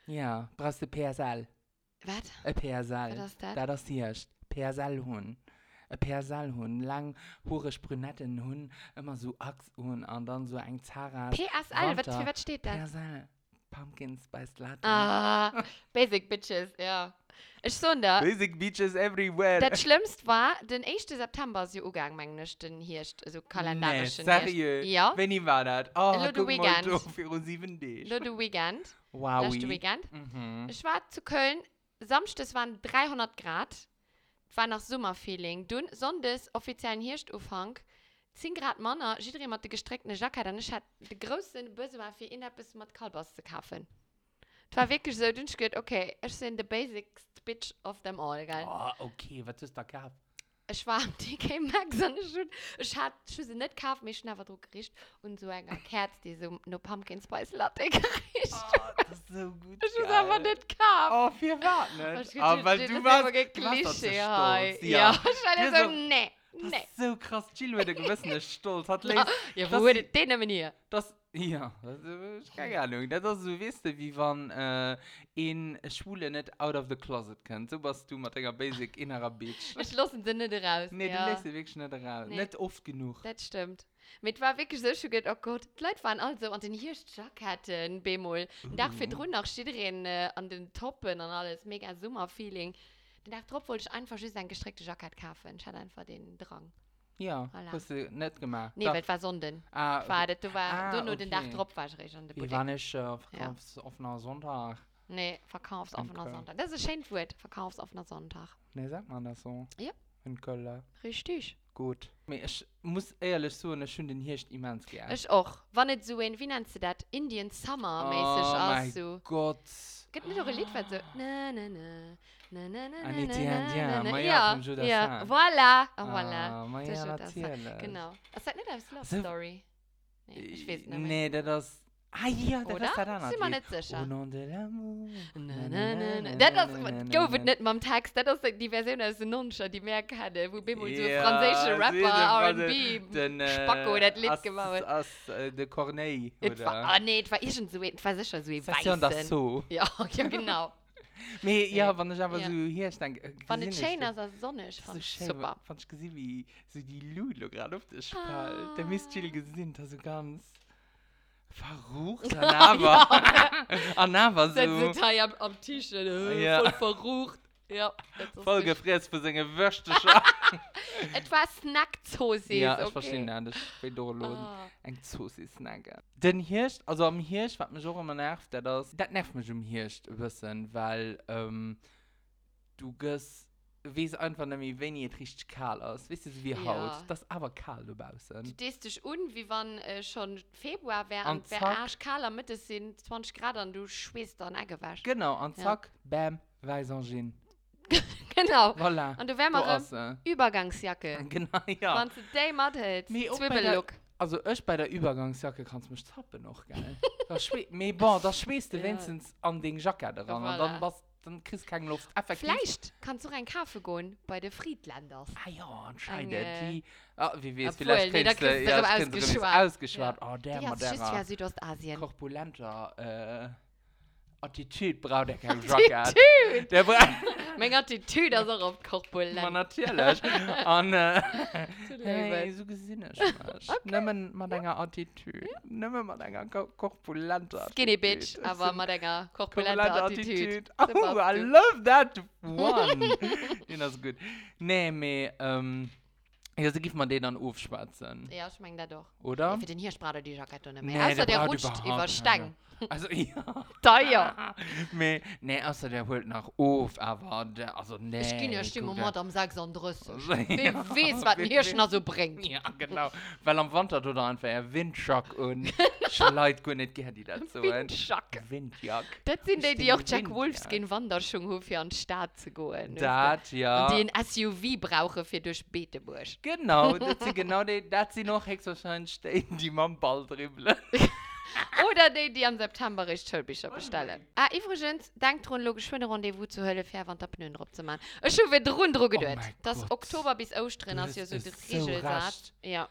Ja, brauchst du PSL. Was? Ein PSL. Was ist das? Das ist hier. PSL-Hund. Ein PSL-Hund. Lang, horisch Brunetten-Hund. Immer so Achshund und dann so ein Zara. PSL, für was steht das? PSL. Pumpkin Spice Latte. Ah, Basic Bitches, ja. Ich so da. Basic Beaches everywhere. Das Schlimmste war, den 1. September ist ja umgegangen, den Hirsch, also kalendarischen Nee, seriös? Ja. Wenn ich war das. Oh, Lo du guck mal, Weekend. du, für 7 D. Nur du Weekend. Wow. Letzte Weekend. Mhm. Ich war zu Köln. Samstags waren 300 Grad. War nach Sommerfeeling. Sonntags offiziellen Hirschaufhang. 10 Grad Männer. Jeder mit der gestreckten Jacke. Und ich hatte die größte Böse war für ihn etwas mit Kalbas zu kaufen. Es war wirklich so, und ich gedacht, okay, ich bin the basic bitch of them all, gell? Oh, okay, was ist da gehabt? Ich war am TK Maxx und ich hatte sie nicht gekauft, mich schnell drauf gerichtet und so eine Kerze, die so no Pumpkin Spice Latte gerichtet. Oh, das ist so gut. Ich habe einfach nicht gekauft. Oh, wir warten nicht. Ich Aber weil das du ist warst, aber du warst doch so Klischee, stolz. ja. Ich Wir war so, so- nee. Das ist so krass. Jill wird gewissen ist stolz. Hat Ja, das- wo wurde den nehmen hier? Das, ja, das ist keine Ahnung. Das ist so, weißt du, wie wenn in Schwule nicht out of the closet kennt. So was du mit deiner basic innerer Bitch. Ich lasse sie nicht raus. Nee, ja. du lässt sie wirklich nicht raus. Nee. Nicht oft genug. Das stimmt. Mit war wirklich so schon gedacht, oh Gott, die Leute waren also an den Hirschjacketten, Bemol. Den Tag für drunter steht drin an den Toppen und alles, mega Sommerfeeling. Den Tag drauf wollte ich einfach just ein gestreckte Jackett kaufen. Ich hatte einfach den Drang. Ja, Voilà. hast du nicht gemacht. Nee, Doch. weil es war Sonden. Ah, War das, du war Ah, du nur den Tag okay. drauf, war ich richtig an der wir Boutique. waren nicht verkaufsoffener Sonntag. Nee, verkaufsoffener Okay. Sonntag. Das ist ein schönes Wort, verkaufsoffener Sonntag. Nee, sagt man das so? Ja. In Köln. Richtig. Gut. Aber ich muss ehrlich sagen, ich finde den Hirsch immens gern. Ich auch. War nicht so ein, wie nennst du das? Indian Summer-mäßig mein aus so. Gott. Gibt nicht auch ein Lied, was so. Na, na, na. Na, na, na, na, Anita na, and na, Jan, na. Maya Ja, von Judas ja. Sand. Voilà. Ah, Voilà. Maya, Das ist Judas Sand. natürlich. Genau. Das ist nicht aus Love So- Story. Nee, ich weiß nicht mehr. Nee, das ist... Ah ja, das Oder? ist das Sind wir nicht sicher. Au nom de l'amour. Na, na, na, na. Das ist, go wird nicht mit dem Text, das ist die Version aus den Nuncha, die mehr hatte, wo Bimbo so Ja, französische sie Rapper, sind R&B, den, Spacko, das Lied gemacht. Aus de Corneille, Es war, oder? ah nee, es war irgend so, es war sicher so ein Station das Weißen. so. Ja, ja, genau. Me, ja, wenn ich aber Ja. so hier stand... Von den Chain aus der Sonne, ich so fand es schön, super. fand ich gesehen, wie so die Lulu gerade auf der Spalt. Ah. Der Mist Jill gesehen, da so ganz... Verrucht, aber... aber Setzt so... sich da am T-Shirt, Ja. voll verrucht. Ja, das ist Voll richtig. gefräst für seine Würste. Etwas Snackzosis, Ja, okay. ich verstehe nicht. Ich bin durchlosen. Ah. Ein Zosi-Snacker. Den Hirsch, also am Hirsch, was mich auch immer nervt, das nervt mich am Hirsch ein bisschen, weil du gehst, weißt einfach nicht, wenn ihr richtig kahl ist. Weißt du, so wie Ja. Haut. Das ist aber kahl da Du draußen. stehst dich wie wenn schon Februar wäre Und und wäre zack. arschkalt, Mitte sind 20 Grad und du schwitzt dann gewaschen. Genau, und Ja. zack, bam, Weißangin. Genau. Voilà. Und du Du wärmere hast, Übergangsjacke. genau, ja. Wenn du die matt hältst, Nee, auch bei der- Zwiebellook. Also ich bei der Übergangsjacke kannst du mich zappen noch, gell? Me bon, das schwest du Ja. wenigstens an den Jacket dran. Voilà. Und dann kriegst du keine Luft. Effektiv. Vielleicht kannst du einen Kaffee gehen bei den Friedländers. Ah ja, anscheinend. Ein, Die, wie wir es obwohl, vielleicht nee, da kennst du, kriegst du ja, darüber das kennst du ausgeschwart. übrigens ausgeschwart. Oh, der Die mit hast du der für Südostasien. korpulenter Attitude braucht er keinen Jacket. Attitude! Der braucht... Meine Attitude ist auch auf Man korpulent. natürlich. Und hey, Hey, so gesinnig. Nimm mal deine Attitude. Nimm mal deine korpulente Attitude. Skinny Bitch, aber mit einer korpulenten Attitude. Oh, So passt I du. love that one. Ja, das ist gut. Nee, me, ja, so gibt man den dann aufschwatzen, Ja, ich meine das doch. oder? Für den hier sprach er die Jackette nicht Nee, mehr. Außer der braucht rutscht überhaupt über nicht. Stangen. Also, ja. Da ja. Me, nee, außer der holt nach auf, aber der, also, nee. Ich gehe ja stimme guck, Moment am 36. Ja. Wer weiß, was ein Hirsch noch so bringt. Ja, genau. Weil am Winter tut er einfach ein Windschock und Leute können nicht gerne die dazu. Windschock. Windjack. Das sind die, die Stimmt, auch Jack Wind, Wolfskin Wanderschung haben, für an den Start zu gehen. Das, ja. Und die ein SUV brauchen für durch Beetebusch. Genau, das sind genau die, das sind noch höchstwahrscheinlich stehen, die man Ball dribbeln. Oder die, die am September ist Schulbücher bestellen. Ah, übrigens, dank dran, logisch für ein Rendezvous zu Hölle, für wenn der Pneu drauf zu machen. Ich habe wieder rundherum gedacht. mein Das Gott. Oktober bis Ostern Du ist ja so hast die es so Regel. recht. Ja.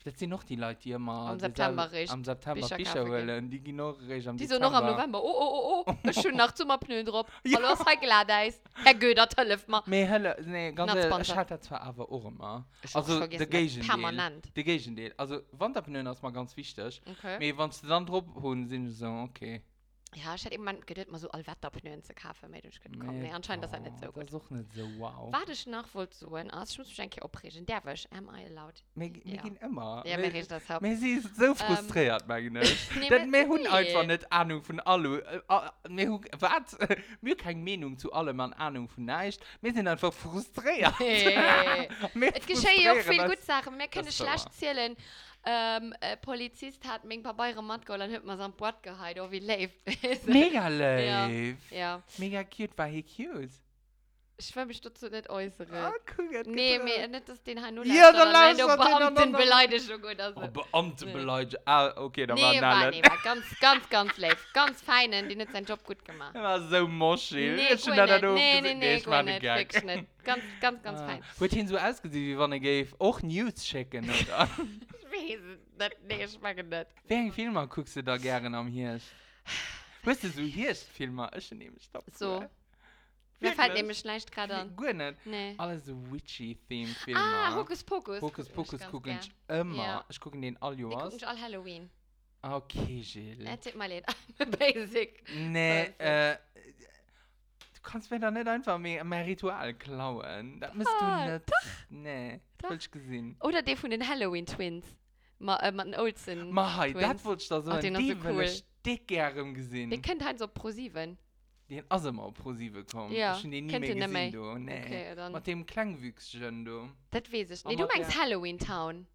Das sind noch die Leute, die immer Am September am September Bücher Bücher kaufen holen. Die gehen noch recht am Die so Dezember. noch am November. Oh. Schön nach Zimmerpneu drauf. Ja. Hallo, was geladen ist. Herr Göder, hilf mal. Nee, ganz Not ehrlich, sponsored. ich hatte das zwar aber auch immer. Ich Also, vergesse der das Gegenteil. permanent. Der Gegenteil. Also, Wanderpneu ist mal ganz wichtig. Okay. Aber wenn sie dann drauf holen, sind sie so, okay. Ja, ich hätte eben gedacht, mal so Allwetterpneu zu kaufen, aber ich gekommen. Nee, anscheinend ist das nicht so Das gut. ist auch nicht so wow. Warte ich nach, wollte so ein. Also, ich muss mich eigentlich aufregen. Der wäsch, am I allowed? Wir Ja. gehen immer. Ja, mir riecht das Haupt. Wir sind so frustriert, meine ich. Nee, Denn wir haben nee. einfach nicht Ahnung von allem. Was? Wir haben keine Meinung zu allem, an Ahnung von nichts. Wir sind einfach frustriert. Hey. Wir Es geschehen ja auch frustrieren, viel das- gute Sachen. Wir können das ist so schlecht wahr. zählen. Polizist hat mich bei Bayern Matgol und hat mir so ein Bord gehalten, oh, wie lebt. Mega live. Ja. Mega cute, war he cute. Ich will mich dazu nicht äußern. Guck, hat Nee, gedacht. mir nicht, dass den halt nur Ja, dann lauscht, lauscht er den dann noch. Beamtenbeleidigung oder so. Oh, Beamte Nee. beleidigt. Ah, okay, da Nee, waren alle. war ganz live. Ganz feinen, die hat seinen Job gut gemacht. Er war so moschig. Nee, Ich hab gut da nicht. doof Nee, gesehen. ich war war ein nicht. Gag. Wirklich nicht. Ganz fein. Wird ihn so ausgesehen, wie wenn er gave, auch News checken, oder? Ich weiß es nicht. Nee, ich mag es nicht. Welchen Filme guckst du da gerne am Hirsch? Weißt du, so Hirsch-Filme, ich nehme Stopp. So. Mir fällt nämlich leicht gerade an. Gut nicht. Nee. Alle so witchy-Themed-Filme. Ah, Hokus Pokus. Hokus Guck Pokus ich gucke ganz ich immer. Ja. Ich gucke den all gern. Ich gucke Jahres. nicht all Halloween. Okay, Jill. Erzähl mal nicht. Basic. Nee, Also. du kannst mir da nicht einfach mehr Ritual klauen. Das musst Ah, du nicht. Nee, das doch. will ich gesehen. Oder der von den Halloween Twins. Mit den Olsen. Mach, Twins. das wollte ich da so Ach, ein den ist so die will cool. ich dick gerne gesehen. Den kennt halt so ProSieben. Den ist immer pro 7 gekommen. Ja, Ich habe den nie kennt mehr ihr nicht gesehen, du. Nee. Okay, dann. Mit dem Klangwüchschen, du. Das weiß ich. Nee, Aber du meinst der- Halloween Town.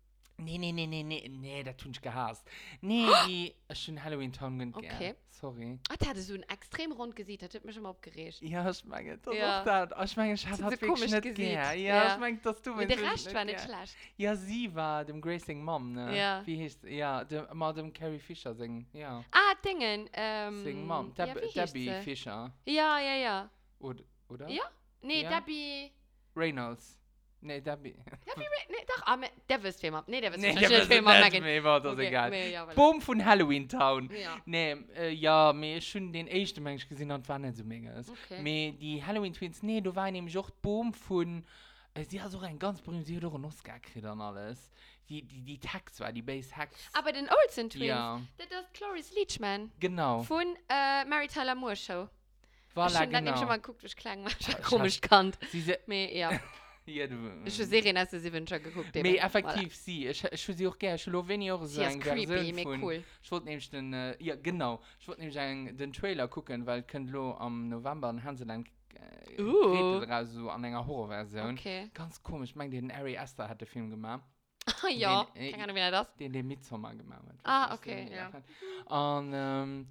Nee, das tun ich gehasst. Nee, die ist schon Halloween Town gern. Okay. Sorry. Ah, der hatte so ein extrem rund gesehen. Das hat mich schon mal aufgeregt. Ja, ich meine, das Ja. ist auch das. Ich meine, ich Das hatte hat das so wirklich komisch nicht gesehen. gern. Ja. Ja, ich meine, dass du Wie der wirklich Rest war nicht gern. schlecht. Ja, sie war dem Gracing Mom, ne? Ja. Wie hieß ja, mal dem Carrie Fisher singen. Ja. Ah, Dingen. Sing Mom. ja, wie hieß Debbie sie? Fisher. Ja. Oder? Ja? Nee, Ja. Debbie. Reynolds. Nee, Debbie. Nee, doch, der wisst wem ab. Nee, der wisst Nee, wahrscheinlich der nicht, weiß wem ab nicht Megan. mehr, war das Okay, egal. nee, ja, voilà. Boom von Halloween Town. Ja. Nee, ja, mir ist schon den ersten Mensch gesehen und war nicht so mega. Okay. Me die Halloween Twins, nee, du war nämlich auch Boom von, sie hat so ein ganz berühmt, sie hat auch einen Oscar gekriegt und alles. Die Tax war, die Base Hacks. Aber den Olsen Twins, Ja, das ist Cloris Leachman genau. von Mary Tyler Moore Show. Voilà, Ich habe dann genau. schon mal geguckt, wie ich klang war. Ich Komisch kannt. Sie, Ja, ja, du. ich habe Serien aus der 7 schon geguckt. eben. Me effektiv sie. Ich will sie auch gerne. Ich will wenn ich auch Voilà. so Sie ist eine creepy, Version mir von. cool. Ich wollte nämlich den, ja genau. Ich wollte nämlich den Trailer gucken, weil könnt lo am November in Hanseland raus so an einer Horrorversion. Okay. Ganz komisch. Ich meine, den Ari Aster hat den Film gemacht. Ah ja, Den- keine Ahnung, wie er das. Den Midsommar gemacht hat. Ah, Das ist okay, der- ja. Und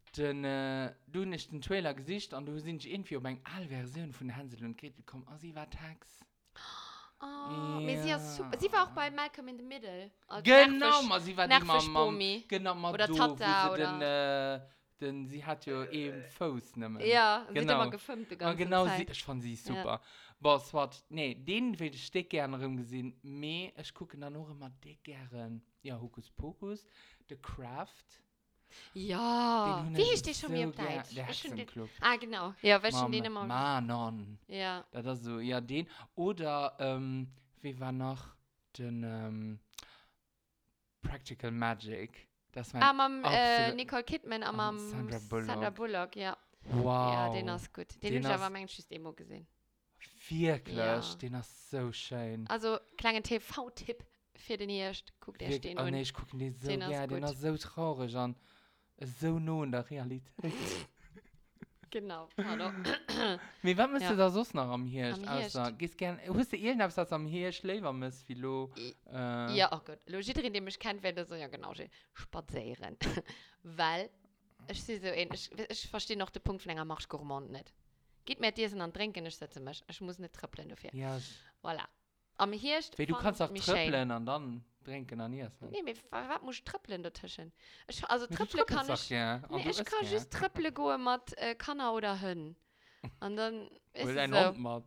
du nicht den Trailer gesicht und du sind irgendwie auf eine Version von Hansel und Gretel gekommen. Oh, sie war Tax. Oh, aber sie ist super. Sie war auch bei Malcolm in the Middle. als Genau, Nervisch- mal sie war die nervisch Mama. Bumi. Genau, mal Oder du, Tata wo sie oder- denn sie hat ja eben Fuß nehmen. Ja, sie hat Genau. immer gefilmt die Und ganze genau, Zeit. ich fand sie super. Was hat, nee, den will ich dick gerne gesehen. Me, ich gucke dann auch immer dick gerne. Ja, Hokus Pokus, The Craft. Ja, Den wie hab hieß ich die schon so wieder auf gern. Deutsch? Der Ich find den- Hexenclub. Ah, genau. Ja, welchen den immer. Manon. Ja. Das ist so, ja, den. Oder, wie war noch den, Practical Magic. Das war Am absolut- Nicole Kidman, am Sandra Bullock, ja. wow. Ja, den ist gut. Den Den habe ich hast- aber manchmal Demo gesehen. Wirklich, Ja. den ist so schön. Also, kleiner TV-Tipp für den ersten. Guck, der steht Oh und nee, ich gucke den so Den ist gerne, den gut. ist so traurig und so nah in der Realität. Genau, pardon. Wie, was müsst Ja. ihr da sonst noch am Hirsch? Am Hirsch. Also, gehst gern, hast du irgendwas, das am Hirsch leben muss, wie du, Ja, oh Gott. Logisch, den mich kennt, werde so ja genau schön spazieren. Weil, ich sehe so ähnlich, ich verstehe noch den Punkt von einer Marsch Gourmand nicht. Geht mir diesen an trinken, ich setze mich. Ich muss nicht trippeln dafür. ja, Voilà. Am Hirsch. wie du fand kannst auch mich schön. trippeln und dann trinken an ihr. Nee, was muss ich trippeln dazwischen? Also, trippeln kann ich. Ja. Nee, ich kann just trippeln gehen mit Kanna oder Hühn. Und dann ist Oder es ein so. Hund macht.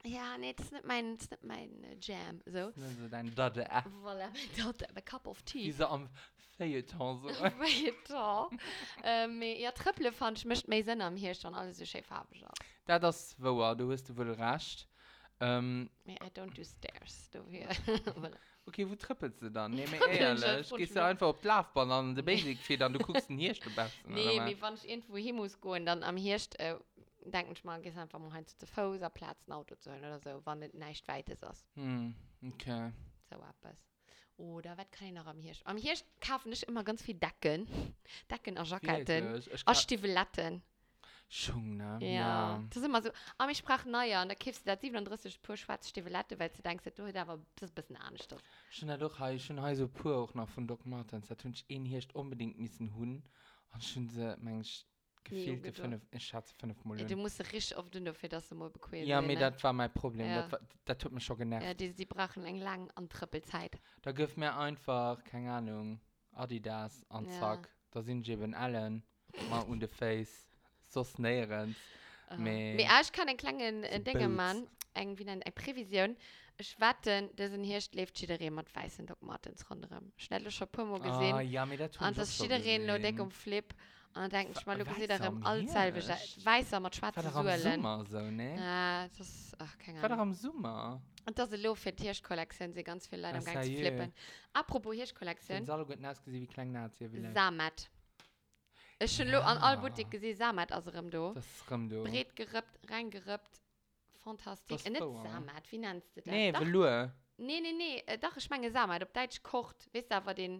Ja, nee, das ist nicht mein Jam. So. Das ist so dein Dada. Voilà, mein Dada, a cup of tea. Wie so am Feuilleton so. Feuilleton. Ja, Triple fand ich mischt mehr Sinn am Hirsch und alles so schön farbig aus. Das ist wahr, du hast wohl recht. I don't do stairs. Du hier. Voilà. Okay, wo trippelst du dann? Nee, mir Trippeln, ehrlich. schon Gehst du einfach auf die Laufbahn an den Basic-Feed und du guckst den Hirsch am besten. Nee, mir wenn ich irgendwo hin muss gehen, dann am Hirsch denke ich mal, gehst einfach mal hin zu Fuß, am Platz ein Auto zu holen oder so, wenn es nicht weit ist. Okay. So etwas. Oder was kann ich noch am Hirsch? Am Hirsch kaufen ich immer ganz viel Decken. Decken und Jacketten. Und Stiefeletten. Schon, ne? Ja. Das ist immer so. Aber ich sprach neuer und da kaufst du da 37 pur schwarze Stiefeletten, weil du denkst, du, da war das ein bisschen anders. Schon ja doch, schon so pur auch noch von Doc Martens. Da tun ich einen Hirsch unbedingt müssen holen. Und schon so, manchmal gefehlte 5 Millionen. Du musst richtig oft dafür, dass du mal bequem Ja, mir das war mein Problem. Ja. Das tut mir schon genervt. Ja, die brauchen eine lange und Trippelzeit. Da gibt mir einfach, keine Ahnung, Adidas und Ja. zack. Da sind eben allen mal on the face. So snärend. Ich kann einen kleinen Ding Boots. machen, irgendwie eine Prävision. Ich warte, dass ein Hirsch lebt, Schiederin mit weißen Doc Martens rundherum. Schnell schon ein paar Mal gesehen. Ah, ja, mir das tut Und das Schiederin nur dick und flip. Und dann denke ich mal, du siehst darin allzelbe. Weißer mit schwarzen War doch am Sohlen. Sommer so, ne? Ja, das ist, ach, keine War doch Ahnung. am Sommer. Und das ist eine für die Hirschkollektion, sie ganz viele Leute am Ah, Gang zu ça y est. flippen. Apropos Sind Hirschkollektion, alle gut ausgesehen wie kleine Nazi. Samet. Ich schon Ja. an all Boutique gesehen, Samet aus dem Do. Das ist rum, du. Breit gerippt, reingerippt. Fantastisch. Das ist Nicht so, Samet, wie nennst du das? Nee, Doch, Velour. nee. Doch, ich meine Samet, auf Deutsch kocht. Weißt du aber den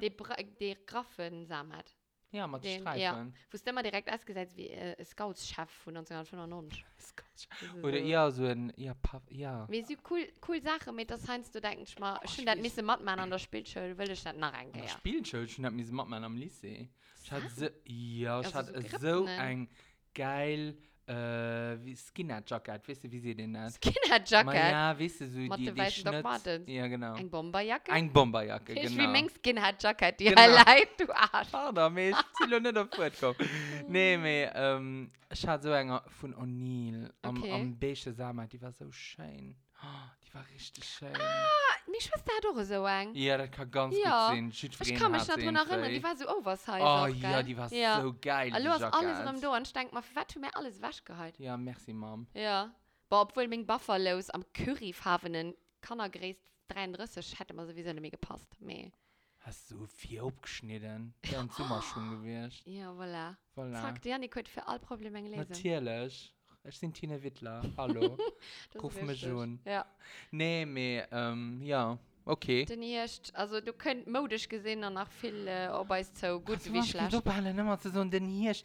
Graffen Samet. Ja, mit Den, Streifen. ja. Wo ist immer direkt ausgesetzt wie Scouts-Chef von 1995. Oder eher so ein, ja. Wie so cool Sache mit das heißt, du denkst mal, schon das müssen Mattmann an der Spielschule, will ich das noch reingehen. Ja. Spielschule, schon hat mir Mattmann am Lycée. Ich hatte so, ja, ich Also hatte so Grippen, so ne? ein geil, wie Skinner-Jacket, weißt du, wie sie den nennt? Skinner-Jacket. Ja, weißt du, so Mit die den weißen Doc Martens. Ja, genau. Ein Bomberjacke? Ein Bomberjacke, Ich genau. wie mein Skinner-Jacket, die Genau. Highlight, du Arsch. Pardon, aber ich will nicht auf Wort kommen. Nee, aber ich hatte so eine von O'Neill Okay. am beige Sommer, die war so schön. Oh, die war richtig schön. Meine Schwester hat auch so einen. Ja, das kann ganz Ja. gut sein. Ich kann mich noch daran erinnern, die war so oversized. Oh auch, ja, gell? die war Ja. so geil. Also, die du hast alles Jackett. in dem Do und ich denke mal, für was du mir alles wasch gehalten? Ja, merci, Mom. Ja. Aber obwohl mein Buffalos am Curryfarbenen Kannergräß 33 hätte mir sowieso nicht mehr gepasst. Mehr. Hast du viel abgeschnitten? Dann sind wir schon gewesen. Ja, voilà. Voilà. Zack, die Janik heute für alle Probleme gelesen. Natürlich. Ich bin Tina Wittler. Hallo. Das Ruf ist mich richtig. schon. Ja. Nee, ja. Okay. Den erst, also du könnt modisch gesehen danach viel, ob es so gut Was wie machst schlecht. du doch alle immer zu so den Hirsch.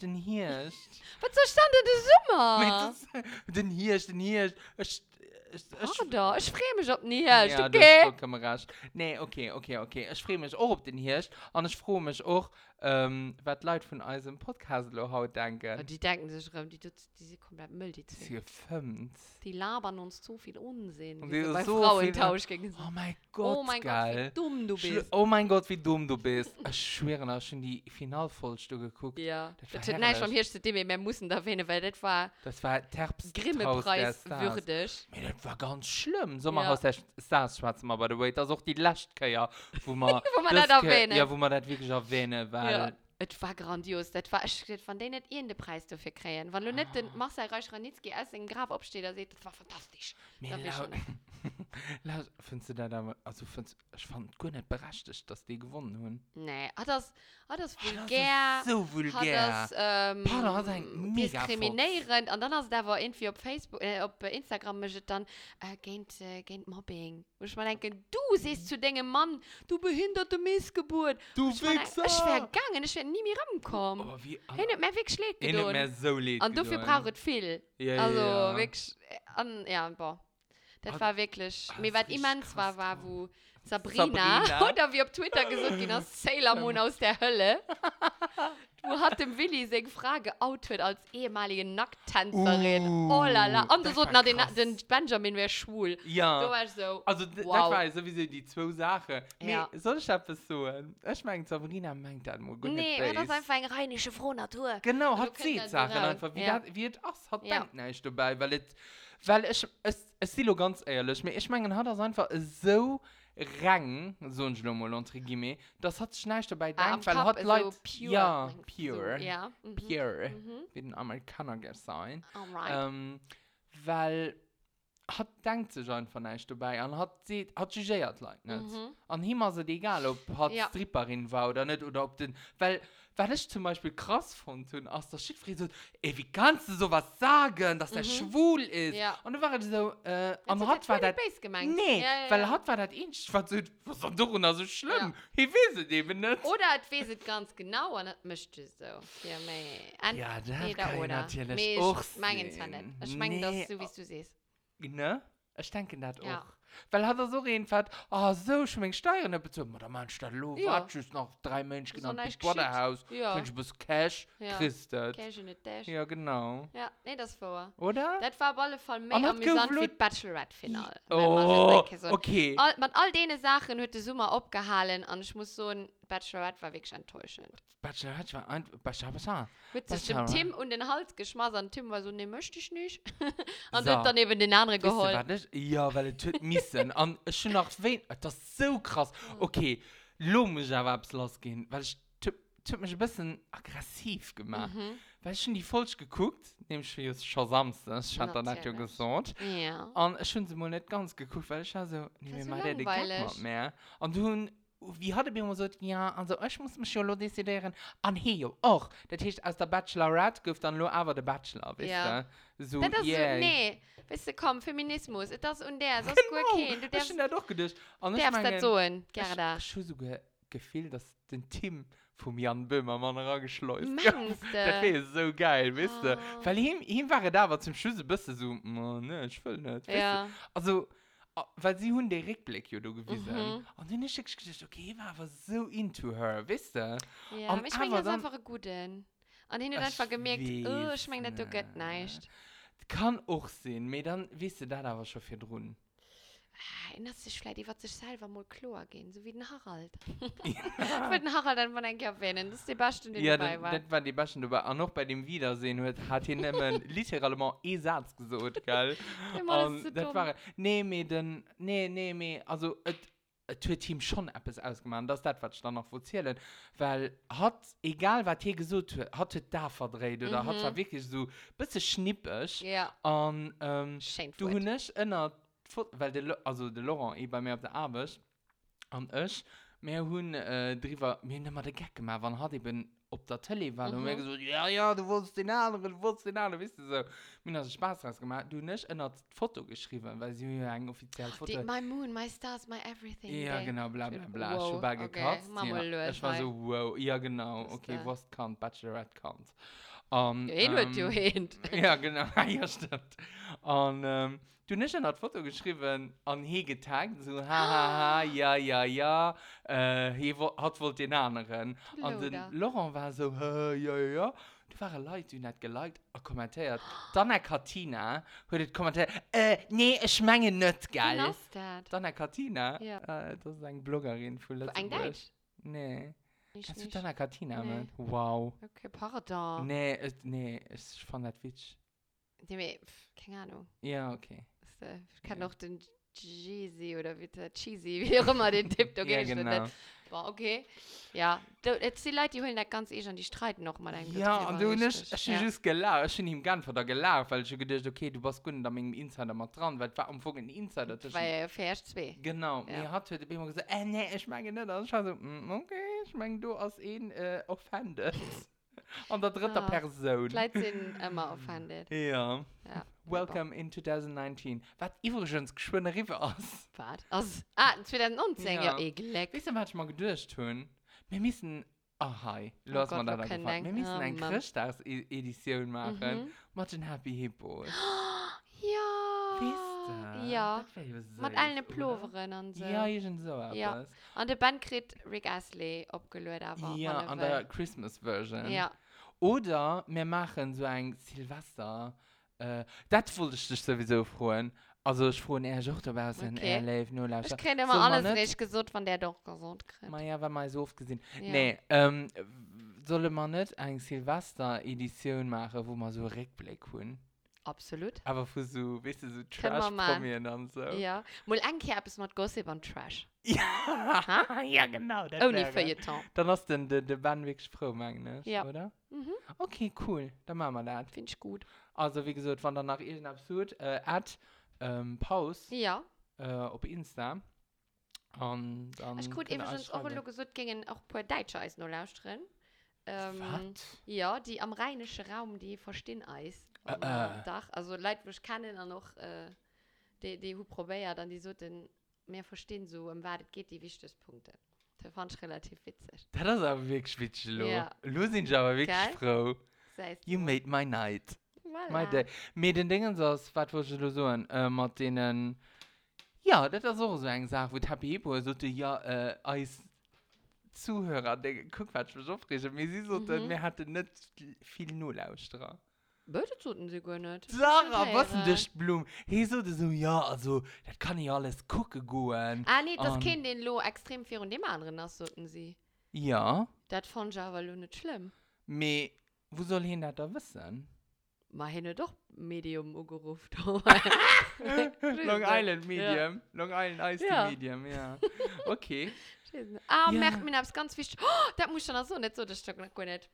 Was so stand in der Sommer? Den Hirsch. Pardon, ich freue mich auf den Hirsch, Ja, das ist okay? vollkommen recht. Nee, okay. Ich freue mich auch auf den Hirsch. Und ich freue mich auch, was die Leute von unserem Podcast heute denken. Die denken sich rum, die sind komplett Müll, die zwei. Sie gefilmt. Die labern uns so viel Unsinn. Und Wie die so bei so Frauentausch gegen Oh mein Gott, Oh mein geil. Gott, wie dumm du bist. Oh mein Gott, wie dumm du bist. Ich schwöre, ich habe schon die Finalfolge geguckt. Ja, Das war das hat nicht vom herrlich. ersten Thema, wir mussten da finden, weil das war Das war Terps Grimme-Preis würdig. Mir das war ganz schlimm. Sommerhaus der Stars schwarz mal, by the way. Das ist auch die Lastkeier, wo man Wo man das erwähnen. Ja, wo man das wirklich erwähnen, weil Ja. Es war grandios. Das war, ich von denen nicht irgendeinen Preis dafür kriegen. Wenn du nicht den Marcel Reich-Ranitzky aus dem Grab absteht, da seht, das war fantastisch. mir Darf ich schon nicht. findest du da, also ich fand gar nicht berechtigt, dass die gewonnen haben. Nee, hat das Das vulgär, ist so hat vulgär. das Pardon, hat ein mega diskriminierend und dann hast du da war irgendwie auf Facebook, auf Instagram ist es dann gegen Mobbing. Wo ich mir denke, du siehst zu dem Mann, du behinderte Missgeburt. Du Ich meine, Wichser! ich wäre gegangen, ich wäre nie mehr rankommen. Aber wie... Hey, nicht mehr wirklich schlägt nicht mehr so leid Und dafür getan. braucht es viel. Ja, Also ja. wirklich, ja, boah. Das Ah, war wirklich, ah, mir das was ist immens krass, war, krass. wo Sabrina. Oder wie auf Twitter gesagt, genau, Sailor Moon aus der Hölle. Du hast dem Willi seine Frage Outfit als ehemalige Nackttänzerin. Oh la la. Und du sagst, na, den Benjamin wäre schwul. Ja. Du warst so, Also, das wow. war sowieso die zwei Sachen. Ja. Soll ich etwas so? Ich meine, Sabrina meint das mal gut. Nee, das ist einfach eine rheinische Frohnatur. Genau, Also, hat sie Sachen einfach. Wie es hat Ja. denkt nicht dabei, weil ich silo ganz ehrlich, ich meine, hat das einfach so Rang, so ein Schlummel und Regime, das hat sich nicht dabei denkt, weil hat Leute, pure. ja, pure, So, ja. pure, wie ein Amerikaner sein, Alright. weil hat denkt sich einfach nicht dabei und hat jugiert Leute nicht. Und ihm ist es egal, ob hat Stripperin war oder nicht, oder ob den, weil ich zum Beispiel krass fand, als der Schiffried so, ey, wie kannst du sowas sagen, dass der schwul ist? Ja. Und dann war er so, und hat war das, gemeint. nee, Ja. weil hat war das ähnlich, was ist doch noch so schlimm? Ich weiß es eben nicht. Oder es weiß es ganz genau und es möchte so. Ja, Ja, das kann ich natürlich ich auch meine es nicht. Ich meine das so, wie du siehst. Ne? Ich denke das Ja. auch. Weil hat er so jedenfalls, so schwingt Steuern bezogen. Da meinst du, lo, warte, ist noch 3 Menschen So genannt, nice bis Waterhouse. Ja. Wenn ich bis Cash kriegst. Cash in the Dash. Ja, genau. Ja, nee, das war. Oder? Das war auf alle Fall mehr Und hat amüsant wie gewollt- das Bachelorette-Finale. Oh, okay. Mit all diesen Sachen hat der Sommer abgehalten und ich muss sagen, Bachelorette war wirklich enttäuschend. Bachelorette war ein Bachelorette. Mit sich dem Tim und den Hals geschmissen und Tim war so, nee, möchte ich nicht. Und So. hat dann eben den anderen Weißt du, geholt. was ich- Ja, weil es tut missen. Und schon nach wen, das ist so krass. Okay, lo muss ich aber abs losgehen, weil ich tut mich ein bisschen aggressiv gemacht. Weil ich schon die falsch geguckt, nämlich für Shazams, ich hatte das ja gesagt. Ja. Und ich habe sie mal nicht ganz geguckt, weil ich also, nee, Das wir ist machen so den langweilig. Gag nicht mehr. Und dann, wie hat er mir gesagt, ja, also ich muss mich schon lo dezidieren. Und hier auch, das heißt, aus der Bachelorette gibt dann nur aber der Bachelor, weißt Ja. du? So, Das ist yeah. so, nee, weißt du, komm, Feminismus, das und der, das ist Genau, gut, okay. Du ich darfst habe da doch gedacht. Und ich das meine, so, Gerda. Ich habe sogar Gefühl, dass den Team von Jan Böhmermann rangeschleust. Meinst du? Das wäre so geil, weißt du? Oh. Weil ihm war da, aber zum Schluss ein bisschen so, ne, ich will nicht. Weißt Ja. du? Also, weil sie haben den Rückblick ja da gewesen. Und dann habe ich gedacht, okay, ich war aber so into her, weißt du? Ja, Und aber ich meine, aber das ist dann- einfach ein guter. Und ich habe Ich einfach gemerkt, oh, ich meine, das weiß geht nicht. Kann auch sein, aber dann, weißt du, da war schon viel drin. Erinnerst du dich vielleicht, die wird sich selber mal klar gehen, so wie den Harald. Ich würde den Harald dann mal erwähnen, das ist die Beste, die Ja, dabei war. das war die Besten dabei. Und noch bei dem Wiedersehen hat ihn nämlich literally E-Satz gesagt, gell? Immer, das Und ist so das dumm. war, also, es hat ihm schon etwas ausgemacht, das ist das, was ich dann noch erzählen. Weil, egal was er gesagt hat er da verdreht oder hat er wirklich so ein bisschen schnippisch. Ja, Und, schön du hast nicht erinnert, weil der Laurent bei mir auf der Arbeit und ich, wir haben drüber, wir haben immer den Gag gemacht, wann hat eben auf der Tele war und wir gesagt, ja, du wolltest den anderen, weißt du so. Wir haben Spaß draus gemacht, du nicht erinnert Foto geschrieben, weil sie ja ein offizielles Foto. My moon, my stars, my everything. Ja, day. genau, bla bla bla, Wow, schon bei okay, gekratzt. mach mal Ja. los, Ich war hi. so, wow, ja genau, Das ist okay, der- was kann, Bachelorette kann. Ja, nur du hin. Ja, genau, ja, stimmt. Und du nicht ein Foto geschrieben und hier getaggt, so, hahaha, ja, hier hat wohl den anderen. Und Loder. dann Laurent war so, ja. Du waren Leute, die nicht geliked und kommentiert. Dann hat Katina kommentiert, nee, ich meine nicht, geil. Was ist das? Dann hat Katina, Ja. das ist eine Bloggerin von Ein Lützburg. Deutsch? Nee. Ich Kennst du nicht. Dana Katina, Nee. man? Wow. Okay, pardon. Nee, ich fand das witzig. Keine Ahnung. Ja, okay. Ich kann noch den Jeezy oder wie der Cheesy, wie auch immer den Tipp, okay, Ja, ich finde genau. das- War okay. Ja, jetzt die Leute, die holen das ganz und die streiten noch mal ein Ja, und du nicht, ich ja. habe just gelacht, ich habe ihm ganz von der gelacht, weil ich gedacht okay, du warst gut an meinem Insider mal dran, weil es war am Anfang ein Insider zwischen... Weil fährst zwei. Genau, Ja. mir hat heute immer gesagt, nee, ich meine nicht, und ich war so, okay, ich meine, du als offended. An der dritte Ah, Person. Die Leute sind immer offended. Ja. Ja. Welcome in 2019. Was übrigens geschwinde River aus. Was? 2019, ja, Ja. eklig. Weißt du, was ich mal gedacht habe? Wir müssen... hi. Lass Gott, mal da wir können gefragt. Wir denken. müssen Oh, eine Mann. Christmas-Edition machen. Mhm. Mit den Happy Hippos. Ja. Weißt ja. Das wär ja süß, Mit allen oder? Ploveren und so. Ja, irgend so Ja. etwas. Und der Band kriegt Rick Astley abgelöst. Aber Ja, wenn er an will. der Christmas-Version. Ja. Oder wir machen so ein Silvester. Das wollte ich dich sowieso freuen. Also ich freue mich auch dabei, wenn Okay. er live nur lauscht. Ich kriege immer Soll man alles nicht? richtig gesund, wenn der doch gesund kriegt. Ma ja, wenn man so oft gesehen. Ja. Nee, soll man nicht eine Silvester-Edition machen, wo man so Rückblick haben? Absolut. Aber für so, weißt du, so Können wir machen. Trash-Promien und so. Ja. Mal ein Kerb mit Gossip und Trash. Ja, ja genau. Das Only wär für geil. ihr Ton. Dann hast du den Band wirklich froh, meine ich, Ja. oder? Mhm. Okay, cool. Dann machen wir das. Finde ich gut. Also, wie gesagt, wenn dann nach irgendeinem absurd, Pause Ja. auf Insta. Und dann. Ich gut eben schon auch noch gesagt, gingen auch ein paar Deutsche Eis noch lauschen. Was? Ja, die am rheinischen Raum, die verstehen Eis. Dach. Also Leute, die ich kenne, dann noch, die probieren, dann die so den, mehr verstehen so, um was es geht, die wichtigsten Punkte. Das fand ich relativ witzig. Das ist aber wirklich witzig, Lo. Ja. Lo sind ich aber wirklich Geil. froh. Das heißt, You made my night. voilà. My day. Mit den Dingen so, was wollte ich so sagen, mit denen, ja, das ist auch so eine Sache, wo Happy Hippo so, ja, als Zuhörer denken, guck, was ich mich aufrege, mir sie so, wir hatten nicht viel Null-Ausstrahlung. Bitte tun sie gar nicht. Sarah, was Heirat. denn das Blumen? Hey, so, ja, also, das kann ich alles gucken gehen. Ah, nee, das Und- Kind den Lo extrem viel und dem anderen das sollten sie. Ja, Das fand ich aber nicht schlimm. aber wo soll ich das da wissen? Mal hin doch Medium angerufen. Long Island Medium. Long Island Ice Ja. Medium, ja. Okay. Ah, Ja. merkt mir das ganz wichtig. Oh, das muss schon auch so nicht so, das Stück noch gar nicht.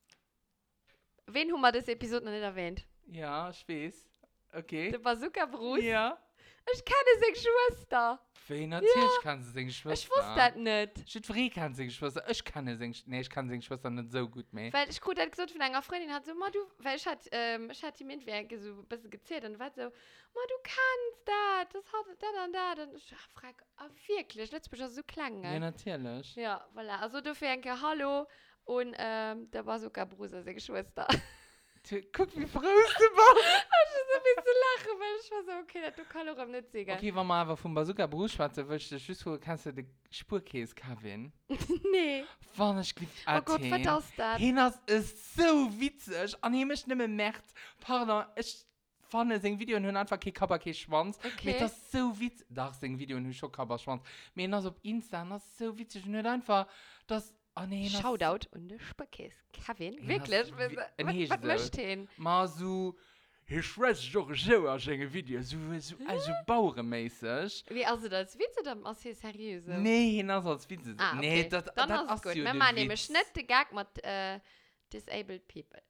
Wen haben wir das Episode noch nicht erwähnt? Ja, ich weiß. Okay. Der Bazooka Bruce. Ja. Ich kenne seine Schwester. Wen natürlich kannst du singen Schwester. Ich wusste das nicht. Schüttfried kann singen Schwester. Ich kann singen. Nee, ich kann singen Schwester nicht so gut mehr. Weil ich gut hat gesagt von einer Freundin hat so, Ma, du, weil ich hatte die Mintwerke so ein bisschen gezählt und war so, Ma, du kannst das hat da und da. Dann ich frage, wirklich, letztes Mal so klang. Ja, natürlich. Ja, voilà. Also du fängst hallo und der Bazooka Bruce, seine Schwester. Guck, wie froh du warst. Ich muss ein bisschen lachen, weil ich war so, okay, du kannst auch nicht singen. Okay, wenn wir aber vom Bazooka Bruce schwatzen, willst du just so, kannst du den Spurkäse kaufen? Nee. Wann ich lieb Oh Gott, was ist das? Hinas ist so witzig. Und ich mich nicht mehr merkt, pardon, ich fand sein Video und einfach kein Kappa, kein Schwanz. Okay. Mit das ist so witzig. Doch, sein Video und schon Kappa, Schwanz. Mir das auf Insta, das ist so witzig. Und nicht einfach, das, oh nee, das Shoutout und der Spackies. Kevin, Ja, wirklich? das- wie- nee, Was so. möchte ihn? mal so, ich weiß doch so aus einem Video, so also bauermäßig. Wie, also das Witze dann aus hier seriös? Nee, Hinas als Witz. Ah, okay. Nee, das Dann das ist es gut. ja Wir der machen nämlich Witz. nicht den Gag mit disabled people.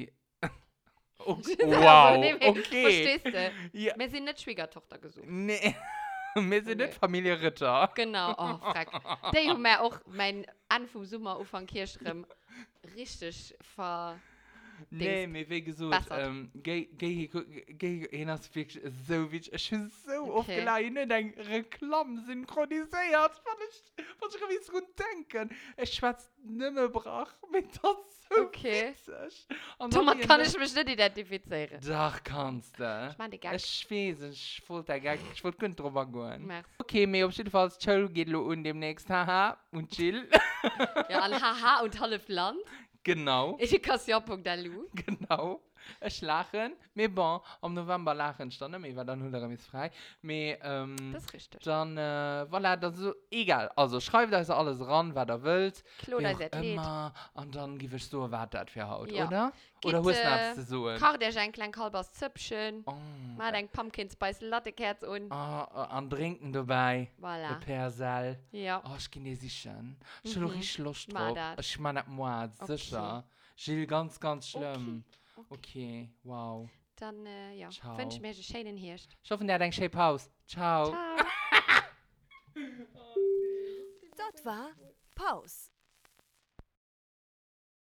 Oh, Also, wow, nee, okay. Verstehst du? Ja. Wir sind nicht Schwiegertochter gesucht. Nee, wir sind Nee. nicht Familie Ritter. Genau, oh, frag. Der hat mir auch mein Anfang Sommer auf von Kirschrem richtig Nee, mir wie gesagt, Bessert. geh das wirklich so witzig. Ich bin so Okay. aufgeladen, in den Reklam synchronisiert. Was ich wie so denken. Ich schwätze nicht mehr brach, mit das so Okay. witzig. Und Thomas dann kann wie- ich mich nicht identifizieren. Doch, kannst du. Ich meine, die Gag. Ich weiß, ich wollte gut drüber gehen. Merci. Okay, mir auf jeden Fall, Chill geht lo und demnächst, haha, und chill. Ja, an Haha und Half Land. Genau. Education.lu. Genau. Ich lachen. Mir bon, am November lachen ich dann nicht mehr, weil dann holt er mich frei. Mir, Das ist richtig. dann, voilà, das ist so, egal. Also, schreibt euch alles ran, was ihr wollt. Claude, Wie das auch Lied. immer. Und dann gebe ich so, was das für Haut, Ja. oder? Geht, Oder hast du was zu sagen? Kar der ein kleines Kalbers Züppchen. Oh, Mal ein Pumpkin Spice Latte Kerz und. an Trinken dabei. Der Voilà. Persal. Ja. Oh, ich genieße es schon. Ich habe richtig Lust Mal drauf. das. Ich meine, moi, Okay. sicher. Gilles, ganz, ganz schlimm. Okay, wow. Dann, ja. Ciao. Wünsche mir einen schönen Hirsch. Ich hoffe, der denkt, Shape House. Ciao. Ciao. Das war Pause.